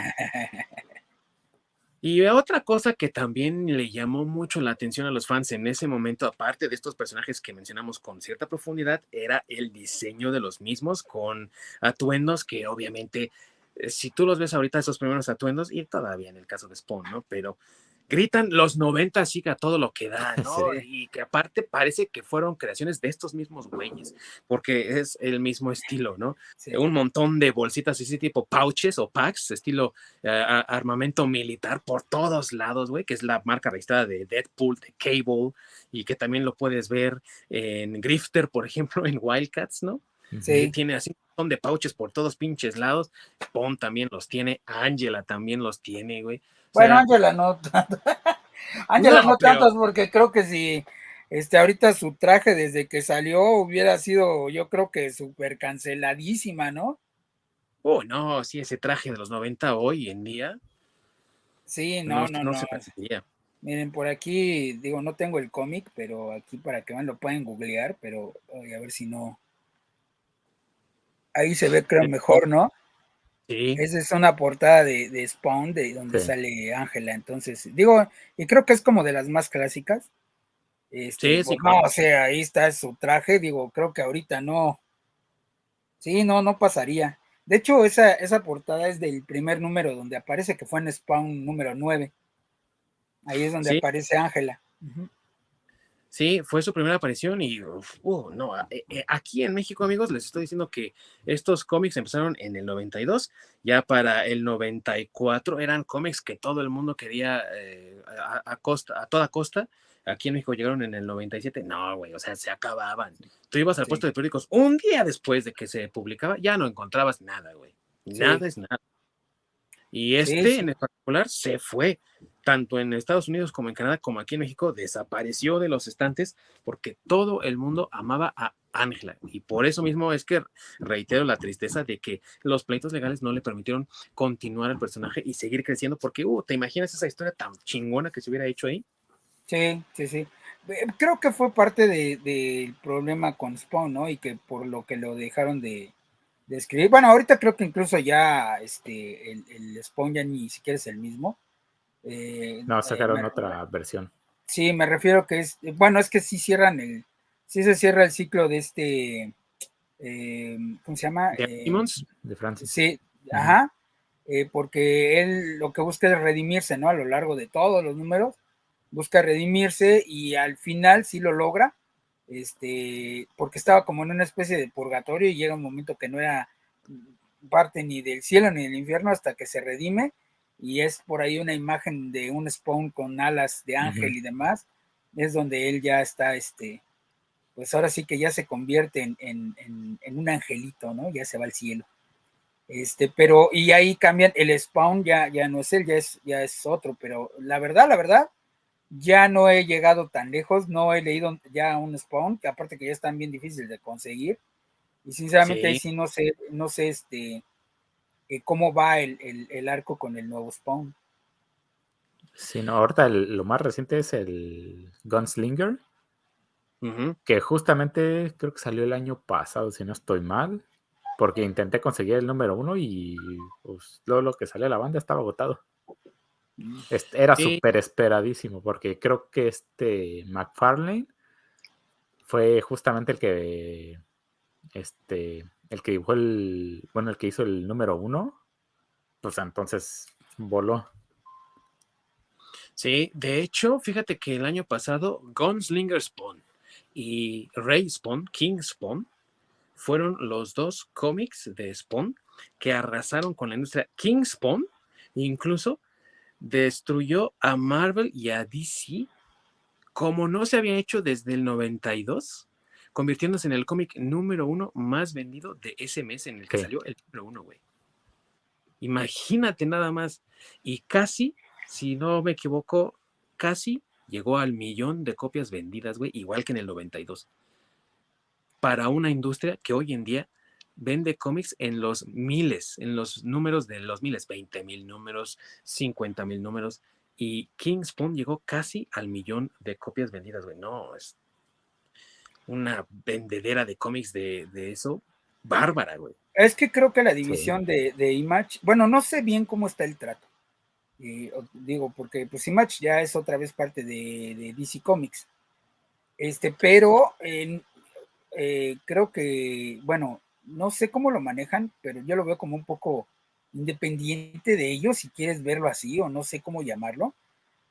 Y otra cosa que también le llamó mucho la atención a los fans en ese momento, aparte de estos personajes que mencionamos con cierta profundidad, era el diseño de los mismos con atuendos que obviamente, eh, si tú los ves ahorita, esos primeros atuendos, y todavía en el caso de Spawn, ¿no? Pero gritan los noventa así que a todo lo que da, ¿no? Sí. Y que aparte parece que fueron creaciones de estos mismos güeyes, porque es el mismo estilo, ¿no? Sí. Un montón de bolsitas así tipo pouches o packs, estilo uh, armamento militar por todos lados, güey, que es la marca registrada de Deadpool, de Cable, y que también lo puedes ver en Grifter, por ejemplo, en Wildcats, ¿no? Sí. Tiene así un montón de pouches por todos pinches lados. Spawn también los tiene, Angela también los tiene, güey. O Bueno, sea, Ángela no tanto. Ángela no, no, pero... tantos porque creo que si este ahorita su traje desde que salió hubiera sido, yo creo que súper canceladísima, ¿no? Oh, no, sí, ese traje de los noventa hoy en día Sí, no, no, no, no no. se conseguía. Miren, por aquí, digo, no tengo el cómic, pero aquí para que vean lo pueden googlear, pero ay, a ver si no. Ahí se ve, creo, mejor, ¿no? Sí, Esa es una portada de, de Spawn, de donde Sí. sale Ángela. Entonces, digo, y creo que es como de las más clásicas. Este, sí, pues sí, no, con... o sea, ahí está su traje, digo, creo que ahorita no. Sí, no, no pasaría. De hecho, esa, esa portada es del primer número donde aparece, que fue en Spawn número nueve. Ahí es donde sí, aparece Ángela. Uh-huh. sí, fue su primera aparición y, uf, uh, no, eh, eh, aquí en México, amigos, les estoy diciendo que estos cómics empezaron en el noventa y dos, ya para el noventa y cuatro eran cómics que todo el mundo quería eh, a, a, costa, a toda costa. Aquí en México llegaron en el noventa y siete, no, güey, o sea, se acababan. Tú ibas al Sí, puesto de periódicos un día después de que se publicaba, ya no encontrabas nada, güey. sí, Nada es nada. Y sí, este sí. en particular se fue, tanto en Estados Unidos como en Canadá, como aquí en México, desapareció de los estantes porque todo el mundo amaba a Ángela. Y por eso mismo es que reitero la tristeza de que los pleitos legales no le permitieron continuar el personaje y seguir creciendo, porque, uh, ¿te imaginas esa historia tan chingona que se hubiera hecho ahí? Sí, sí, sí. Eh, Creo que fue parte del de, de problema con Spawn, ¿no? Y que por lo que lo dejaron de, de escribir. Bueno, ahorita creo que incluso ya este, el, el Spawn ya ni siquiera es el mismo. Eh, No, eh, me, sacaron otra versión. sí, me refiero que es, bueno, es que sí cierran el, sí se cierra el ciclo de este, eh, ¿cómo se llama? De Eh, Simmons, De Francis. sí, Ujú. ajá, eh, porque él lo que busca es redimirse, ¿no? A lo largo de todos los números, busca redimirse y al final sí lo logra, este, porque estaba como en una especie de purgatorio y llega un momento que no era parte ni del cielo ni del infierno hasta que se redime y es por ahí una imagen de un Spawn con alas de ángel Ujú. y demás, es donde él ya está, este, pues ahora sí que ya se convierte en, en, en, en un angelito, ¿no? Ya se va al cielo. Este, pero, y ahí cambian, el Spawn ya, ya no es él, ya es, ya es otro, pero la verdad, la verdad, ya no he llegado tan lejos, no he leído ya un Spawn, que aparte que ya están bien difíciles de conseguir, y sinceramente ahí sí, sí no sé, no sé este, eh, cómo va el, el, el, arco con el nuevo Spawn. Sí, no, ahorita el, lo más reciente es el Gunslinger, uh-huh. que justamente creo que salió el año pasado, si no estoy mal, porque intenté conseguir el número uno y pues luego lo que salió a la banda estaba agotado. Este, era Sí, súper esperadísimo, porque creo que este McFarlane fue justamente el que este el que dibujó el bueno el que hizo el número uno, pues entonces voló. sí, de hecho, fíjate que el año pasado Gunslinger Spawn y Ray Spawn, King Spawn, fueron los dos cómics de Spawn que arrasaron con la industria. King Spawn incluso destruyó a Marvel y a D C como no se había hecho desde el noventa y dos, convirtiéndose en el cómic número uno más vendido de ese mes en el que Sí. salió el número uno, güey. Imagínate nada más. Y casi, si no me equivoco, casi llegó al millón de copias vendidas, güey, igual que en el noventa y dos. Para una industria que hoy en día vende cómics en los miles, en los números de los miles, veinte mil números, cincuenta mil números, y King Spawn llegó casi al millón de copias vendidas, güey. No, es una vendedera de cómics de, de eso bárbara, güey. Es que creo que la Sí. división de, de Image, bueno, no sé bien cómo está el trato. Eh, digo, porque pues Image ya es otra vez parte de, de D C Comics. Este, pero eh, eh, creo que, bueno, no sé cómo lo manejan, pero yo lo veo como un poco independiente de ellos, si quieres verlo así, o no sé cómo llamarlo.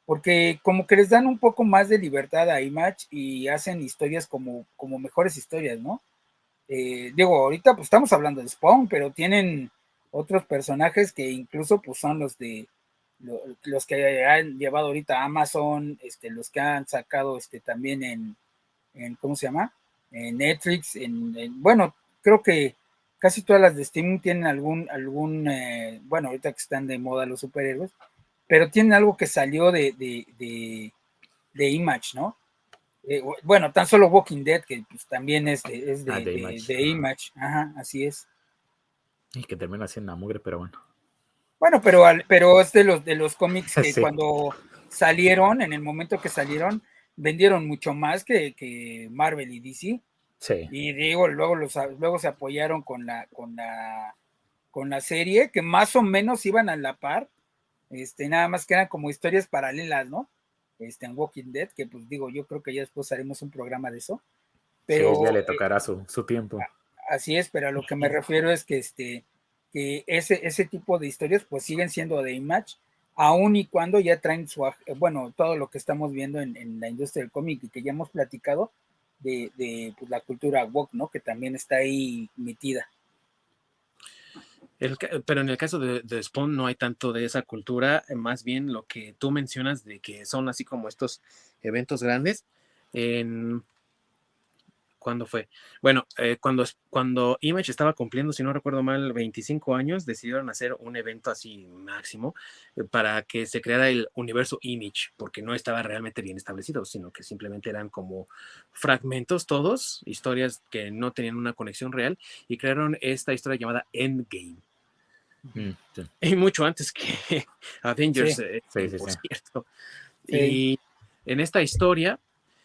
porque como que les dan un poco más de libertad a Image y hacen historias como, como mejores historias, ¿no? Eh, digo, ahorita pues estamos hablando de Spawn, pero tienen otros personajes que incluso pues son los de lo, los que han llevado ahorita a Amazon, este, los que han sacado este también en, en ¿cómo se llama? En Netflix, en, en, bueno, creo que casi todas las de Steam tienen algún, algún eh, bueno, ahorita que están de moda los superhéroes, pero tienen algo que salió de, de, de, de Image, ¿no? Eh, bueno, tan solo Walking Dead, que pues, también es de, es de, Ah, de de, Image. de Image. Ajá, así es. Y que termina siendo una mugre, pero bueno. Bueno, pero, al, pero es de los, de los cómics que Sí. cuando salieron, en el momento que salieron, vendieron mucho más que, que Marvel y D C. Sí. Y digo, luego, los, luego se apoyaron con la, con, la, con la serie, que más o menos iban a la par, este, nada más que eran como historias paralelas, ¿no? Este, en Walking Dead, que pues digo, yo creo que ya después haremos un programa de eso. Pero sí, ya le eh, tocará su, su tiempo. Así es, pero a lo que me refiero es que este que ese, ese tipo de historias pues siguen siendo de Image, aun y cuando ya traen su, bueno, todo lo que estamos viendo en, en la industria del cómic y que ya hemos platicado de, de pues, la cultura woke, ¿no? Que también está ahí metida. El, pero en el caso de, de Spawn no hay tanto de esa cultura, más bien lo que tú mencionas de que son así como estos eventos grandes. En, ¿Cuándo fue? Bueno, eh, cuando, cuando Image estaba cumpliendo, si no recuerdo mal, veinticinco años, decidieron hacer un evento así máximo eh, para que se creara el universo Image, porque no estaba realmente bien establecido, sino que simplemente eran como fragmentos todos, historias que no tenían una conexión real, y crearon esta historia llamada Endgame. Mm, sí. Y mucho antes que Avengers, Sí, eh, sí, sí, por sí. cierto. Sí. Y en esta historia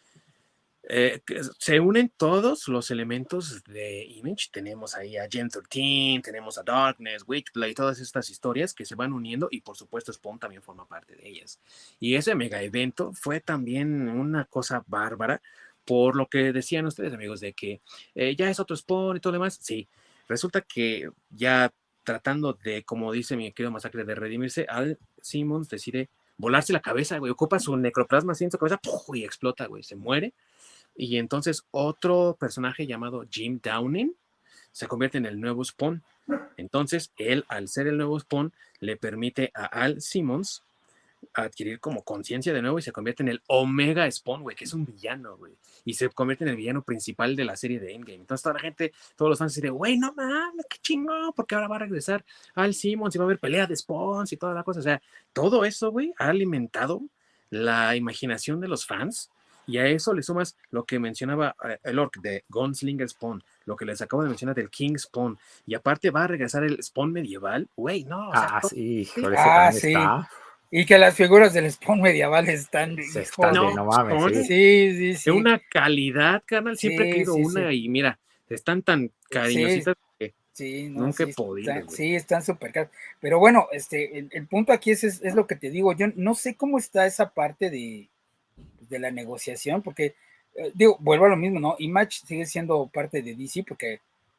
Eh, se unen todos los elementos de Image. Tenemos ahí a Gen trece, tenemos a Darkness, Witchblade, todas estas historias que se van uniendo y por supuesto Spawn también forma parte de ellas. Y ese mega evento fue también una cosa bárbara por lo que decían ustedes, amigos, de que eh, ya es otro Spawn y todo lo demás. Sí, resulta que ya tratando de, como dice mi querido Masacre, de redimirse, Al Simmons decide volarse la cabeza, güey, ocupa su necroplasma así en su cabeza, ¡puf! Y explota, güey, se muere. Y entonces otro personaje llamado Jim Downing se convierte en el nuevo Spawn. Entonces él, al ser el nuevo Spawn, le permite a Al Simmons adquirir como conciencia de nuevo y se convierte en el Omega Spawn, güey, que es un villano, güey. Y se convierte en el villano principal de la serie de Endgame. Entonces toda la gente, todos los fans dicen, güey, no mames, qué chingón, porque ahora va a regresar Al Simmons y va a haber pelea de Spawns y toda la cosa. O sea, todo eso, güey, ha alimentado la imaginación de los fans. Y a eso le sumas lo que mencionaba uh, el orc de Gunslinger Spawn, lo que les acabo de mencionar del King Spawn, y aparte va a regresar el Spawn medieval, güey, no, o sea, Ah, sí, híjole, ah, ese también sí. está. Y que las figuras del Spawn medieval están, Se están no, de no mames, son sí. Sí, sí, sí. de una calidad, carnal, siempre he Sí, querido sí, una sí. y mira, están tan cariñositas que Sí, no, nunca he sí, podido, está, güey. sí, están súper caros. Pero bueno, este, el, el punto aquí es, es, es lo que te digo. Yo no sé cómo está esa parte de, de la negociación, porque, eh, digo, vuelvo a lo mismo, ¿no? Image sigue siendo parte de D C, porque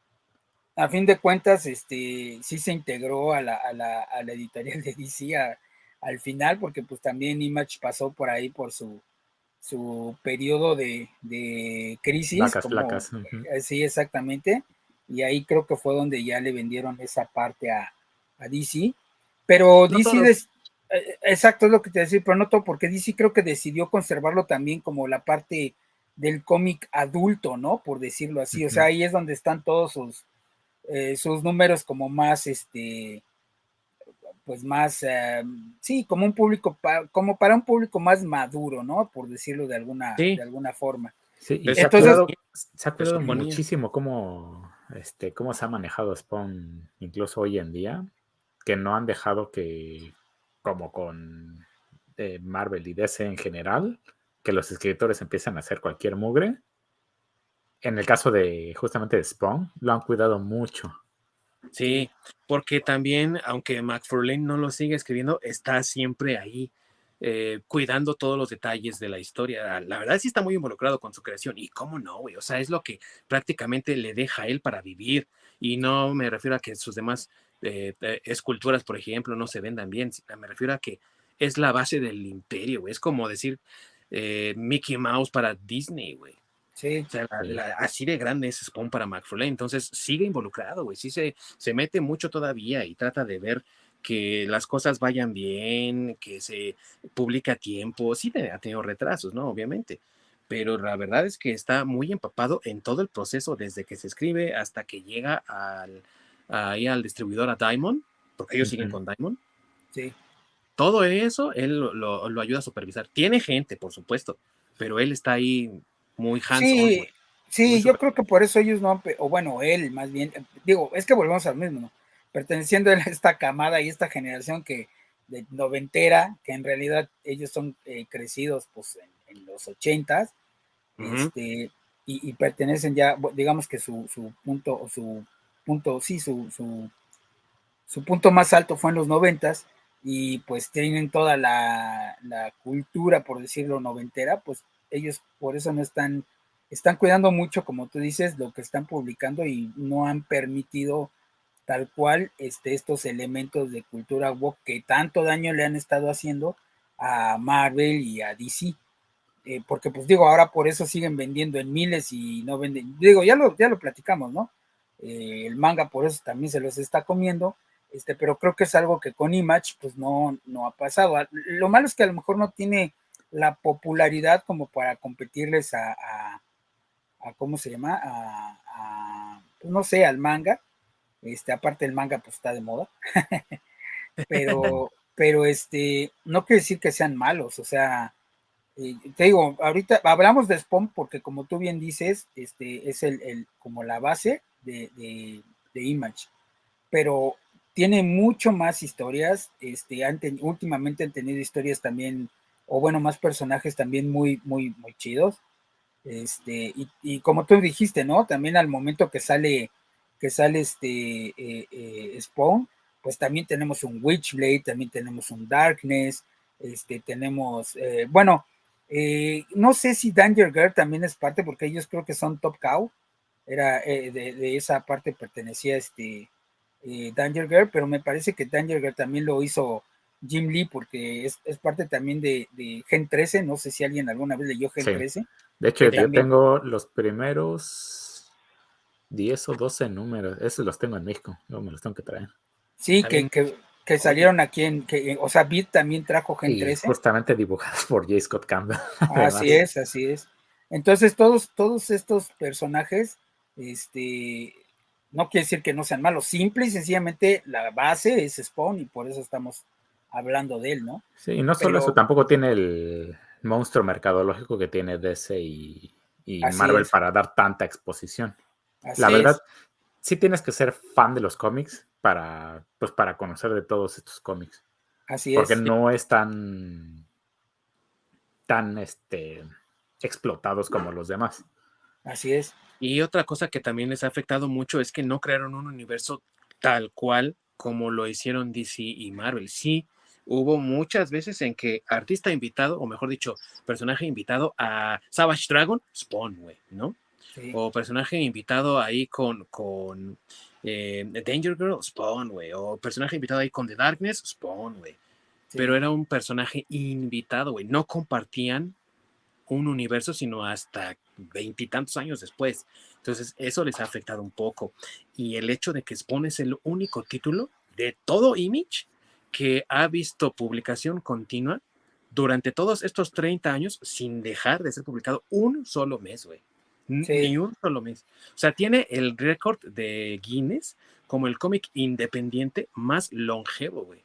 a fin de cuentas, este, sí se integró a la, a la, a la editorial de D C a, al final, porque pues también Image pasó por ahí por su, su periodo de, de crisis, Vacas como, flacas. Uh-huh. eh, sí, exactamente, y ahí creo que fue donde ya le vendieron esa parte a, a D C, pero No D C, todos. des, eh, exacto, es lo que te decía, pero no todo, porque D C creo que decidió conservarlo también como la parte del cómic adulto, ¿no? Por decirlo así, uh-huh. O sea, ahí es donde están todos sus, eh, sus números como más, este, pues más, eh, sí, como un público, pa, como para un público más maduro, ¿no? Por decirlo de alguna, sí. de alguna forma. Sí, y Entonces, se ha cuidado, se ha cuidado muchísimo cómo, este, cómo se ha manejado Spawn, incluso hoy en día, que no han dejado que, como con eh, Marvel y D C en general, que los escritores empiezan a hacer cualquier mugre. En el caso de justamente de Spawn, lo han cuidado mucho. Sí, porque también, aunque McFarlane no lo sigue escribiendo, está siempre ahí, eh, cuidando todos los detalles de la historia. La verdad sí está muy involucrado con su creación. Y cómo no, güey. O sea, es lo que prácticamente le deja a él para vivir. Y no me refiero a que sus demás eh, esculturas, por ejemplo, no se vendan bien. Me refiero a que es la base del imperio, güey. Es como decir eh, Mickey Mouse para Disney, güey. Sí. O sea, la, Sí. la, así de grande es Spawn para McFarlane. Entonces sigue involucrado, güey. Sí se, se mete mucho todavía y trata de ver que las cosas vayan bien, que se publica a tiempo. Sí te, ha tenido retrasos, ¿no? Obviamente. Pero la verdad es que está muy empapado en todo el proceso, desde que se escribe hasta que llega al, ahí al distribuidor, a Diamond, porque ellos siguen Ujú. con Diamond. Sí. Todo eso él lo, lo, lo ayuda a supervisar. Tiene gente, por supuesto, pero él está ahí muy hands-on, Sí, güey. Muy sí, yo super. creo que por eso ellos no, han pe- o bueno, él más bien, eh, digo, es que volvemos al mismo, ¿no? Perteneciendo a esta camada y esta generación que de noventera, que en realidad ellos son eh, crecidos pues en, en los ochentas, Ujú. este, y, y pertenecen ya, bu- digamos que su, su punto, o su punto, sí, su, su, su punto más alto fue en los noventas, y pues tienen toda la, la cultura, por decirlo, noventera, pues ellos por eso no están, están cuidando mucho, como tú dices, lo que están publicando y no han permitido tal cual este, estos elementos de cultura woke que tanto daño le han estado haciendo a Marvel y a D C. Eh, porque pues digo, ahora por eso siguen vendiendo en miles y no venden, digo, ya lo, ya lo platicamos, ¿no? Eh, el manga por eso también se los está comiendo, este, pero creo que es algo que con Image pues no, no ha pasado. Lo malo es que a lo mejor no tiene la popularidad como para competirles a, a, a ¿cómo se llama? A, a, pues no sé, al manga. Este, aparte el manga pues está de moda, pero, pero este, no quiere decir que sean malos, o sea, eh, te digo, ahorita hablamos de Spawn porque como tú bien dices, este es el, el como la base de, de, de Image, pero tiene mucho más historias, este, han ten, últimamente han tenido historias también, o bueno, más personajes también muy, muy, muy chidos, este, y, y como tú dijiste, ¿no? También al momento que sale, que sale este eh, eh, Spawn, pues también tenemos un Witchblade, también tenemos un Darkness, este, tenemos, eh, bueno, eh, no sé si Danger Girl también es parte, porque ellos creo que son Top Cow, era eh, de, de, esa parte pertenecía este eh, Danger Girl, pero me parece que Danger Girl también lo hizo Jim Lee, porque es, es parte también de, de Gen trece, no sé si alguien alguna vez leyó Gen Sí. trece. De hecho, Que yo también, tengo los primeros diez o doce números. Esos los tengo en México. Luego me los tengo que traer. sí, que, También, que, que oye, salieron aquí en, que, o sea, Beat también trajo Gen Y trece. justamente dibujados por J. Scott Campbell, Así además. es, así es. Entonces, todos, todos estos personajes, este, no quiere decir que no sean malos, simple y sencillamente la base es Spawn y por eso estamos hablando de él, ¿no? Sí, y no solo eso, Pero tampoco tiene el monstruo mercadológico que tiene D C y, y así Marvel es, para dar tanta exposición. La así verdad, es, sí tienes que ser fan de los cómics para, pues, para conocer de todos estos cómics. así Porque es, no es tan, tan este, explotados como los demás. así es. y otra cosa que también les ha afectado mucho es que no crearon un universo tal cual como lo hicieron D C y Marvel. Sí, hubo muchas veces en que artista invitado, o mejor dicho, personaje invitado a Savage Dragon, Spawn, güey, ¿no? Sí, O personaje invitado ahí con, con eh, Danger Girl, Spawn, güey. O personaje invitado ahí con The Darkness, Spawn, güey. Pero sí, era un personaje invitado, güey. No compartían un universo, sino hasta veintitantos años después. Entonces, eso les ha afectado un poco. Y el hecho de que Spawn es el único título de todo Image que ha visto publicación continua durante todos estos treinta años sin dejar de ser publicado un solo mes, güey. sí. Ni un solo mes. O sea, tiene el récord de Guinness como el cómic independiente más longevo, güey.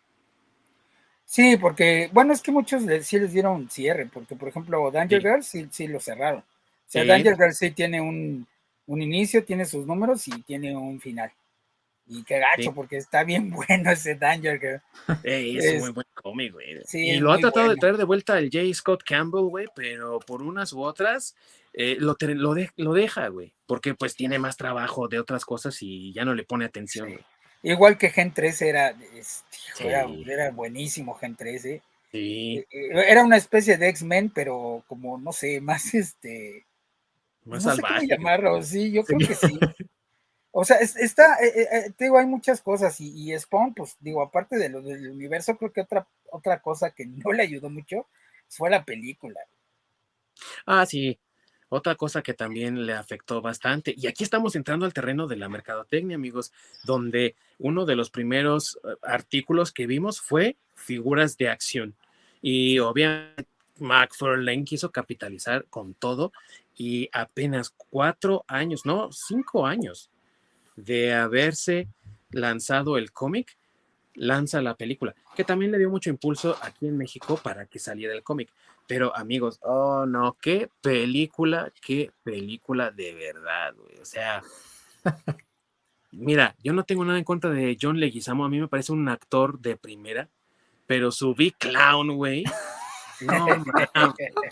Sí, porque, bueno, es que muchos les, sí les dieron cierre, porque, por ejemplo, Danger Sí, Girl sí, sí lo cerraron. O sea, sí, Danger Girl sí tiene un, un inicio, tiene sus números y tiene un final. Y qué sí. gacho, porque está bien bueno ese Danger Girl. Eh, es muy Es, buen cómic, güey. sí, Y es lo ha muy tratado de bueno. traer de vuelta el J. Scott Campbell, güey, pero por unas u otras eh, lo, te- lo, de- lo deja, güey, porque pues tiene más trabajo de otras cosas y ya no le pone atención, Sí. güey. Igual que Gen trece era, es, hijo, era, Sí. era buenísimo Gen trece. Sí, Eh, eh, Era una especie de X-Men, pero como, no sé, más este, pues más no sé cómo salvaje, güey. llamarlo, sí, yo Sí. creo que sí. O sea, es, está, eh, eh, te digo, hay muchas cosas y, y Spawn, pues digo, aparte de lo del universo, creo que otra, otra cosa que no le ayudó mucho fue la película. Ah, sí. Otra cosa que también le afectó bastante, y aquí estamos entrando al terreno de la mercadotecnia, amigos, donde uno de los primeros uh, artículos que vimos fue figuras de acción. Y obviamente McFarlane quiso capitalizar con todo y apenas cuatro años, no, cinco años de haberse lanzado el cómic, lanza la película, que también le dio mucho impulso aquí en México para que saliera el cómic. Pero amigos, oh no, qué película, qué película de verdad, güey. O sea, mira, yo no tengo nada en contra de John Leguizamo, a mí me parece un actor de primera, pero su Big Clown, güey. No, mames.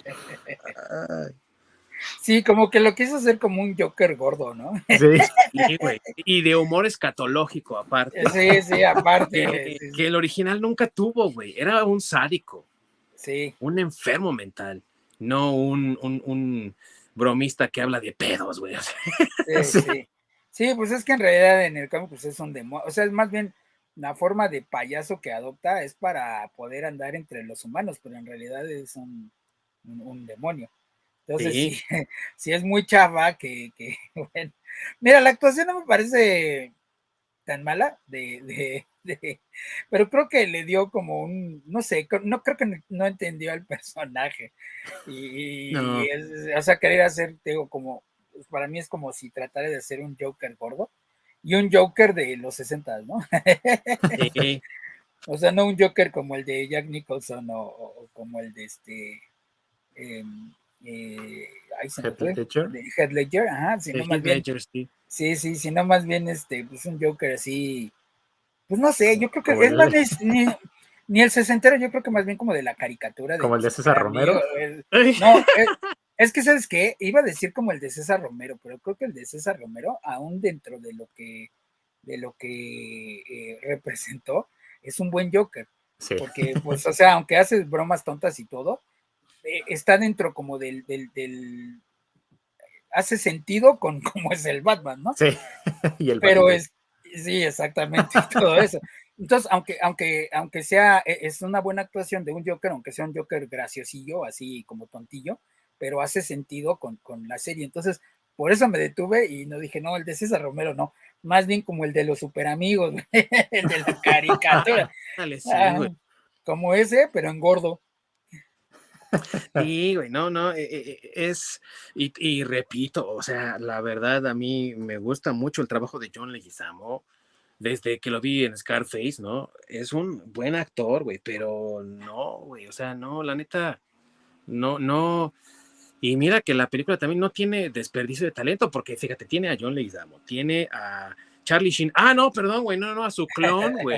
Sí, como que lo quiso hacer como un Joker gordo, ¿no? Sí. Sí, güey. Y de humor escatológico, aparte. Sí, sí, aparte. Que, Sí, que el original nunca tuvo, güey. Era un sádico. sí. Un enfermo mental, no un, un, un bromista que habla de pedos, güey. O sea, Sí, Sí. sí. Sí, pues es que en realidad en el cómic pues es un demonio, o sea, es más bien la forma de payaso que adopta es para poder andar entre los humanos, pero en realidad es un, un, un demonio. Entonces sí, sí, sí es muy chafa que, que, bueno, mira, la actuación no me parece tan mala de, de, de, pero creo que le dio como un, no sé, no creo que no, no entendió al personaje y, y no, es, o sea, querer hacer, digo, como, para mí es como si tratara de hacer un Joker gordo y un Joker de los sesenta, ¿no? sí, O sea, no un Joker como el de Jack Nicholson o, o como el de este, eh, eh, ahí se me Heath fue, Ledger. de Heath Ledger, ajá, sino el más Heath bien, Ledger, sí, sí, sí, sino más bien este, pues un Joker así, pues no sé, yo Como, creo que como es más el, bien, ni, ni el sesentero, yo creo que más bien como de la caricatura de como el los de César super Romero. amigos. No, es, es que sabes qué, iba a decir como el de César Romero, pero creo que el de César Romero, aún dentro de lo que, de lo que eh, representó, es un buen Joker, Sí. porque pues, o sea, aunque hace bromas tontas y todo, eh, está dentro como del, del, del, hace sentido con cómo es el Batman, ¿no? Sí. Y el Pero Batite. es, sí, exactamente, y todo eso. Entonces, aunque, aunque, aunque sea, es una buena actuación de un Joker, aunque sea un Joker graciosillo, así como tontillo, pero hace sentido con, con la serie. Entonces, por eso me detuve y no dije, no, el de César Romero no, más bien como el de los super amigos, el de la caricatura, dale, sí, ah, güey. como ese, pero en gordo. Sí, güey, no, no, eh, eh, es, y, y repito, o sea, la verdad a mí me gusta mucho el trabajo de John Leguizamo, desde que lo vi en Scarface, ¿no? Es un buen actor, güey, pero no, güey, o sea, no, la neta, no, no. Y mira que la película también no tiene desperdicio de talento, porque fíjate, tiene a John Leguizamo, tiene a Charlie Sheen. Ah, no, perdón, güey, no, no, a su clon, güey.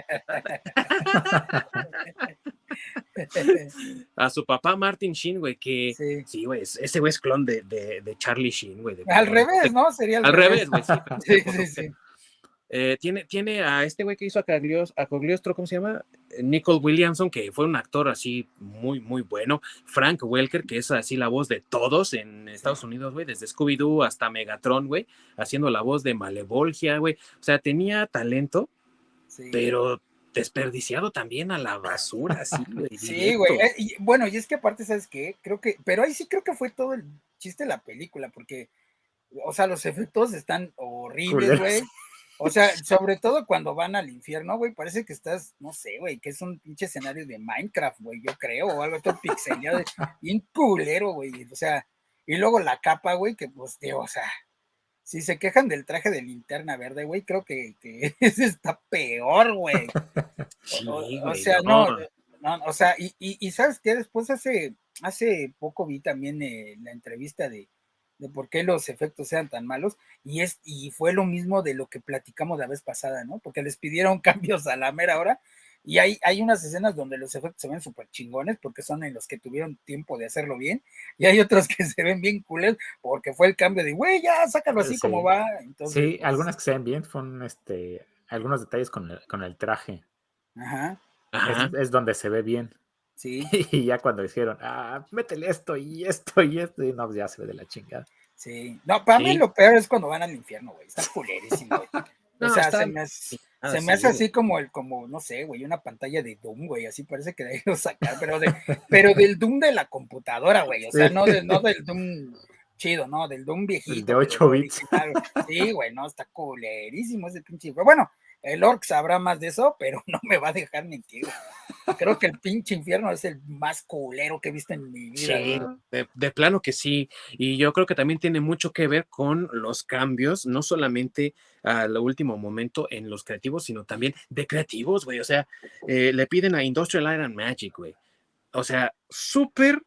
A su papá Martin Sheen, güey, que Sí. sí, güey, ese güey es clon de, de, de Charlie Sheen, güey. De, Al de, revés, de, ¿no? Sería al al revés. revés, güey, sí, pero Sí, por sí, su sí. eh, tiene, tiene a este güey que hizo a Cagliostro, a Cogliostro, ¿cómo se llama? Nicole Williamson, que fue un actor así muy, muy bueno. Frank Welker, que es así la voz de todos en Estados Sí. Unidos, güey, desde Scooby-Doo hasta Megatron, güey, haciendo la voz de Malevolgia, güey. O sea, tenía talento, Sí. pero desperdiciado también a la basura, así, güey, Sí, güey. directo. Eh, y, bueno, y es que aparte, ¿sabes qué? Creo que, pero ahí sí creo que fue todo el chiste de la película, porque, o sea, los efectos están horribles, Culeros. güey. O sea, sobre todo cuando van al infierno, güey, parece que estás, no sé, güey, que es un pinche escenario de Minecraft, güey, yo creo, o algo todo pixeleado, bien culero, güey. O sea, y luego la capa, güey, que pues, digo, o sea, si se quejan del traje de Linterna Verde, güey, creo que, que ese está peor, güey. O, Sí, o güey, sea, no. no, no, o sea, y, y, y sabes qué, después hace, hace poco vi también eh, la entrevista de, de por qué los efectos eran tan malos, y es, y fue lo mismo de lo que platicamos la vez pasada, ¿no? Porque les pidieron cambios a la mera hora, y hay, hay unas escenas donde los efectos se ven súper chingones, porque son en los que tuvieron tiempo de hacerlo bien, y hay otros que se ven bien culeros, porque fue el cambio de, güey, ya, sácalo así como Sí. va, entonces, Sí, pues, algunas que se ven bien son este, algunos detalles con el, con el traje. ajá, Es, Ajá. es donde se ve bien. sí. Y ya cuando dijeron, ah, métele esto y esto y esto, y no, pues ya se ve de la chingada. Sí. No, para Sí. mí lo peor es cuando van al infierno, güey. Está culerísimo, güey. No, o sea, está- se me hace, Ah, se me sí, hace güey. así como el, como, no sé, güey, una pantalla de Doom, güey. Así parece que de ahí lo sacar, pero de, pero del Doom de la computadora, güey. O sea, Sí. no, de, no del Doom chido, no, del Doom viejito. El de pero ocho del bits. original, güey. Sí, güey, no, está culerísimo ese pinche. Pero bueno, el Orc sabrá más de eso, pero no me va a dejar mentir, güey. Creo que el pinche infierno es el más culero que he visto en mi vida, Sí, güey. de, de plano que sí. Y yo creo que también tiene mucho que ver con los cambios, no solamente al último momento en los creativos, sino también de creativos, güey. O sea, eh, le piden a Industrial Light and Magic, güey. O sea, súper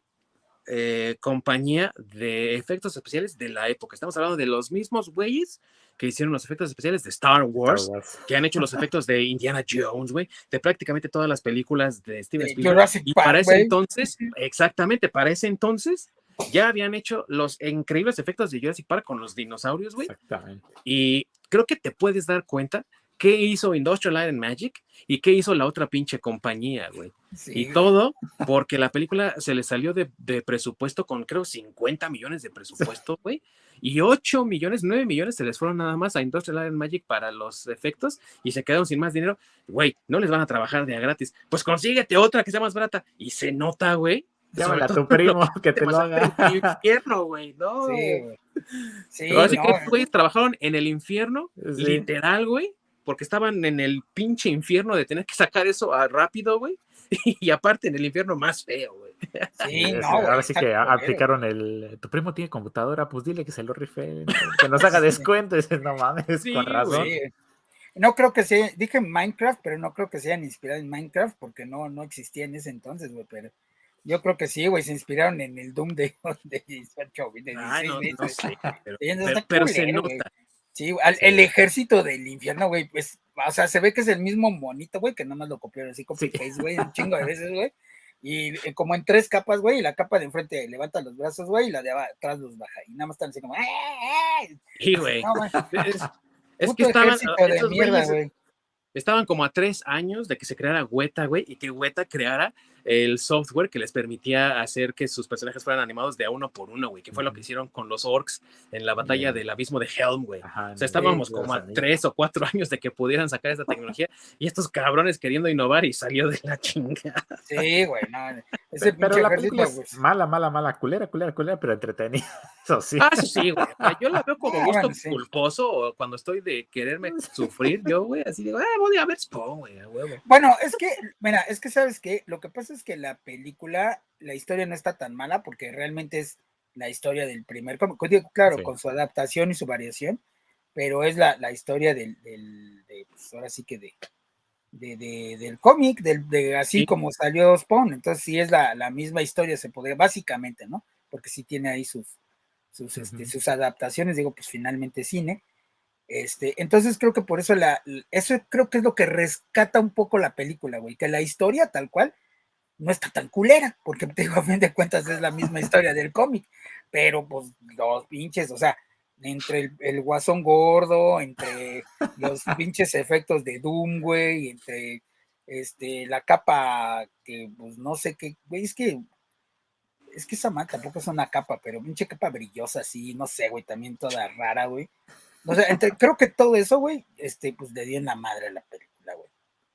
eh, compañía de efectos especiales de la época. Estamos hablando de los mismos güeyes que hicieron los efectos especiales de Star Wars, Star Wars. que han hecho los efectos de Indiana Jones, güey, de prácticamente todas las películas de Steven De Spielberg. Jurassic Y Park, para ese güey. entonces, exactamente, para ese entonces, ya habían hecho los increíbles efectos de Jurassic Park con los dinosaurios, güey. Exactamente. Y creo que te puedes dar cuenta qué hizo Industrial Light and Magic y qué hizo la otra pinche compañía, güey. Sí, Y güey. todo porque la película se le salió de, de presupuesto con creo cincuenta millones de presupuesto, güey. Y ocho millones, nueve millones se les fueron nada más a Industrial Light and Magic para los efectos y se quedaron sin más dinero. Güey, no les van a trabajar de a gratis. Pues consíguete otra que sea más barata. Y se nota, güey. Llámale a sobre tu todo primo lo que te lo pasaste haga. en el infierno, güey. No. Sí, güey. Sí, Así no, que estos güeyes trabajaron en el infierno, Sí. literal, güey, porque estaban en el pinche infierno de tener que sacar eso a rápido, güey. Y aparte en el infierno más feo, güey. sí, Es- no, ahora güey, sí está que culero. aplicaron el. Tu primo tiene computadora, pues dile que se lo rife, que nos haga descuento. Y dices, no mames, Sí, con razón. güey. Sí. No creo que sea, dije Minecraft, pero no creo que se hayan inspirado en Minecraft porque no, no existía en ese entonces, güey, pero yo creo que sí, güey, se inspiraron en el Doom de, de dieciocho, güey, de Ay, no, dieciséis no meses. sé, pero, Sí, no, pero, está pero se culero, güey. nota. Sí, al- Sí. el ejército del infierno, güey, pues, o sea, se ve que es el mismo monito, güey, que nada más lo copiaron así, copy Sí. paste, güey, un chingo de veces, güey. Y eh, como en tres capas, güey, y la capa de enfrente levanta los brazos, güey, y la de atrás los baja. Y nada más están así como, ¡eh, eh! Sí, güey. No, güey, Es, es puto que estaban, ejército de esos mierda, güeyes güey. estaban como a tres años de que se creara Weta, güey, y que Weta creara el software que les permitía hacer que sus personajes fueran animados de a uno por uno, güey, que fue lo que hicieron con los orcs en la batalla Bien. del abismo de Helm, güey. Ajá, O sea, estábamos sí, como a los anillos. tres o cuatro años de que pudieran sacar esta tecnología y estos cabrones queriendo innovar y salió de la chingada. Sí, güey, no. Ese Pero pinche la ejército, película es pues. mala, mala, mala, culera, culera, culera, pero entretenida. Eso sí. Ah, eso sí, güey. O sea, yo la veo como Ah, gusto bueno, sí. culposo o cuando estoy de quererme sufrir, yo, güey, así digo, ah, voy a ver Spawn, güey, a huevo. Bueno, es que, mira, es que sabes que lo que pasa es que la película, la historia no está tan mala porque realmente es la historia del primer cómic. Digo, claro, Sí. con su adaptación y su variación, pero es la, la historia del, del de, pues ahora sí que de, de, de- del cómic, del, de así Sí. como salió Spawn. Entonces sí es la, la misma historia, se podría, básicamente, ¿no? Porque sí tiene ahí sus, sus, este, Ujú. sus adaptaciones, digo, pues finalmente cine. Este, entonces creo que por eso la, eso creo que es lo que rescata un poco la película, güey, que la historia tal cual no está tan culera, porque te digo, a fin de cuentas es la misma historia del cómic, pero pues los pinches, o sea, entre el, el guasón gordo, entre los pinches efectos de Doom, güey, entre este, la capa que, pues no sé qué, güey, es que es que esa madre tampoco es una capa, pero pinche capa brillosa así, no sé, güey, también toda rara, güey. O sea, entre, creo que todo eso, güey, este, pues le dio en la madre a la película, güey.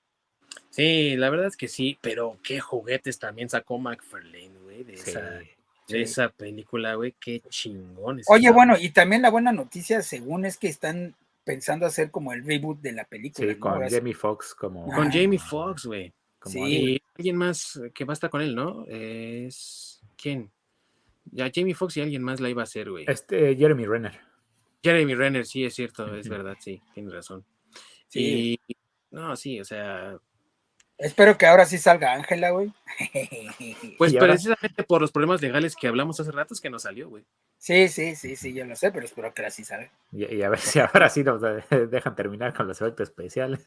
Sí, la verdad es que sí, pero qué juguetes también sacó McFarlane, güey, de, Sí. esa, de Sí. esa película, güey, qué chingones. Oye, estaban. bueno, y también la buena noticia, según es que están pensando hacer como el reboot de la película, Sí, ¿no? con Ahora sí. Jamie Foxx como. Con Ah. Jamie Foxx, güey. como Sí. alguien. Y alguien más que va a estar con él, ¿no? Es... ¿Quién? Ya Jamie Foxx y alguien más la iba a hacer, güey. Este, Jeremy Renner. Jeremy Renner, sí, es cierto, es Ujú. verdad, sí, tienes razón. Sí. Y... No, sí, o sea... Espero que ahora sí salga Ángela, güey. Pues ¿Y ahora? precisamente por los problemas legales que hablamos hace rato es que no salió, güey. Sí, sí, sí, sí, yo lo sé, pero espero que ahora sí salga. Y, y a ver si ahora sí nos dejan terminar con los efectos especiales.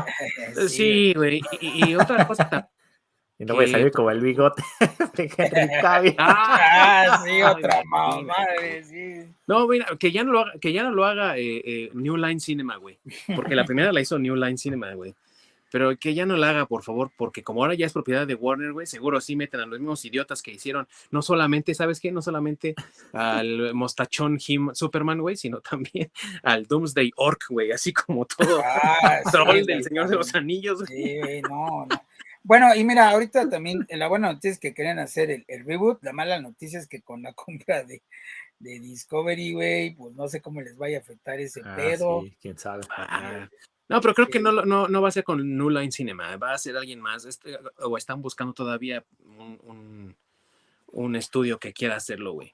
Sí, güey. Y, y otra cosa también. Y no voy a que- salir como el bigote de Henry Cavill. Ah, sí, otra Ay, madre, sí. No, mira, que ya no lo haga, que ya no lo haga eh, eh, New Line Cinema, güey. Porque la primera la hizo New Line Cinema, güey. pero que ya no la haga, por favor, porque como ahora ya es propiedad de Warner, güey, seguro sí meten a los mismos idiotas que hicieron, no solamente, ¿sabes qué? No solamente al mostachón Him Superman, güey, sino también al Doomsday Orc, güey, así como todo Ah, sí, troll güey, del Señor de los también. Anillos, güey. Sí, güey, no, no. Bueno, y mira, ahorita también la buena noticia es que querían hacer el, el reboot, la mala noticia es que con la compra de, de Discovery, güey, pues no sé cómo les vaya a afectar ese Ah, pedo. sí, quién sabe. Ah, no, pero creo que Este, no, lo- no, no va a ser con New Line Cinema, va a ser alguien más, este, o están buscando todavía un, un, un estudio que quiera hacerlo, güey.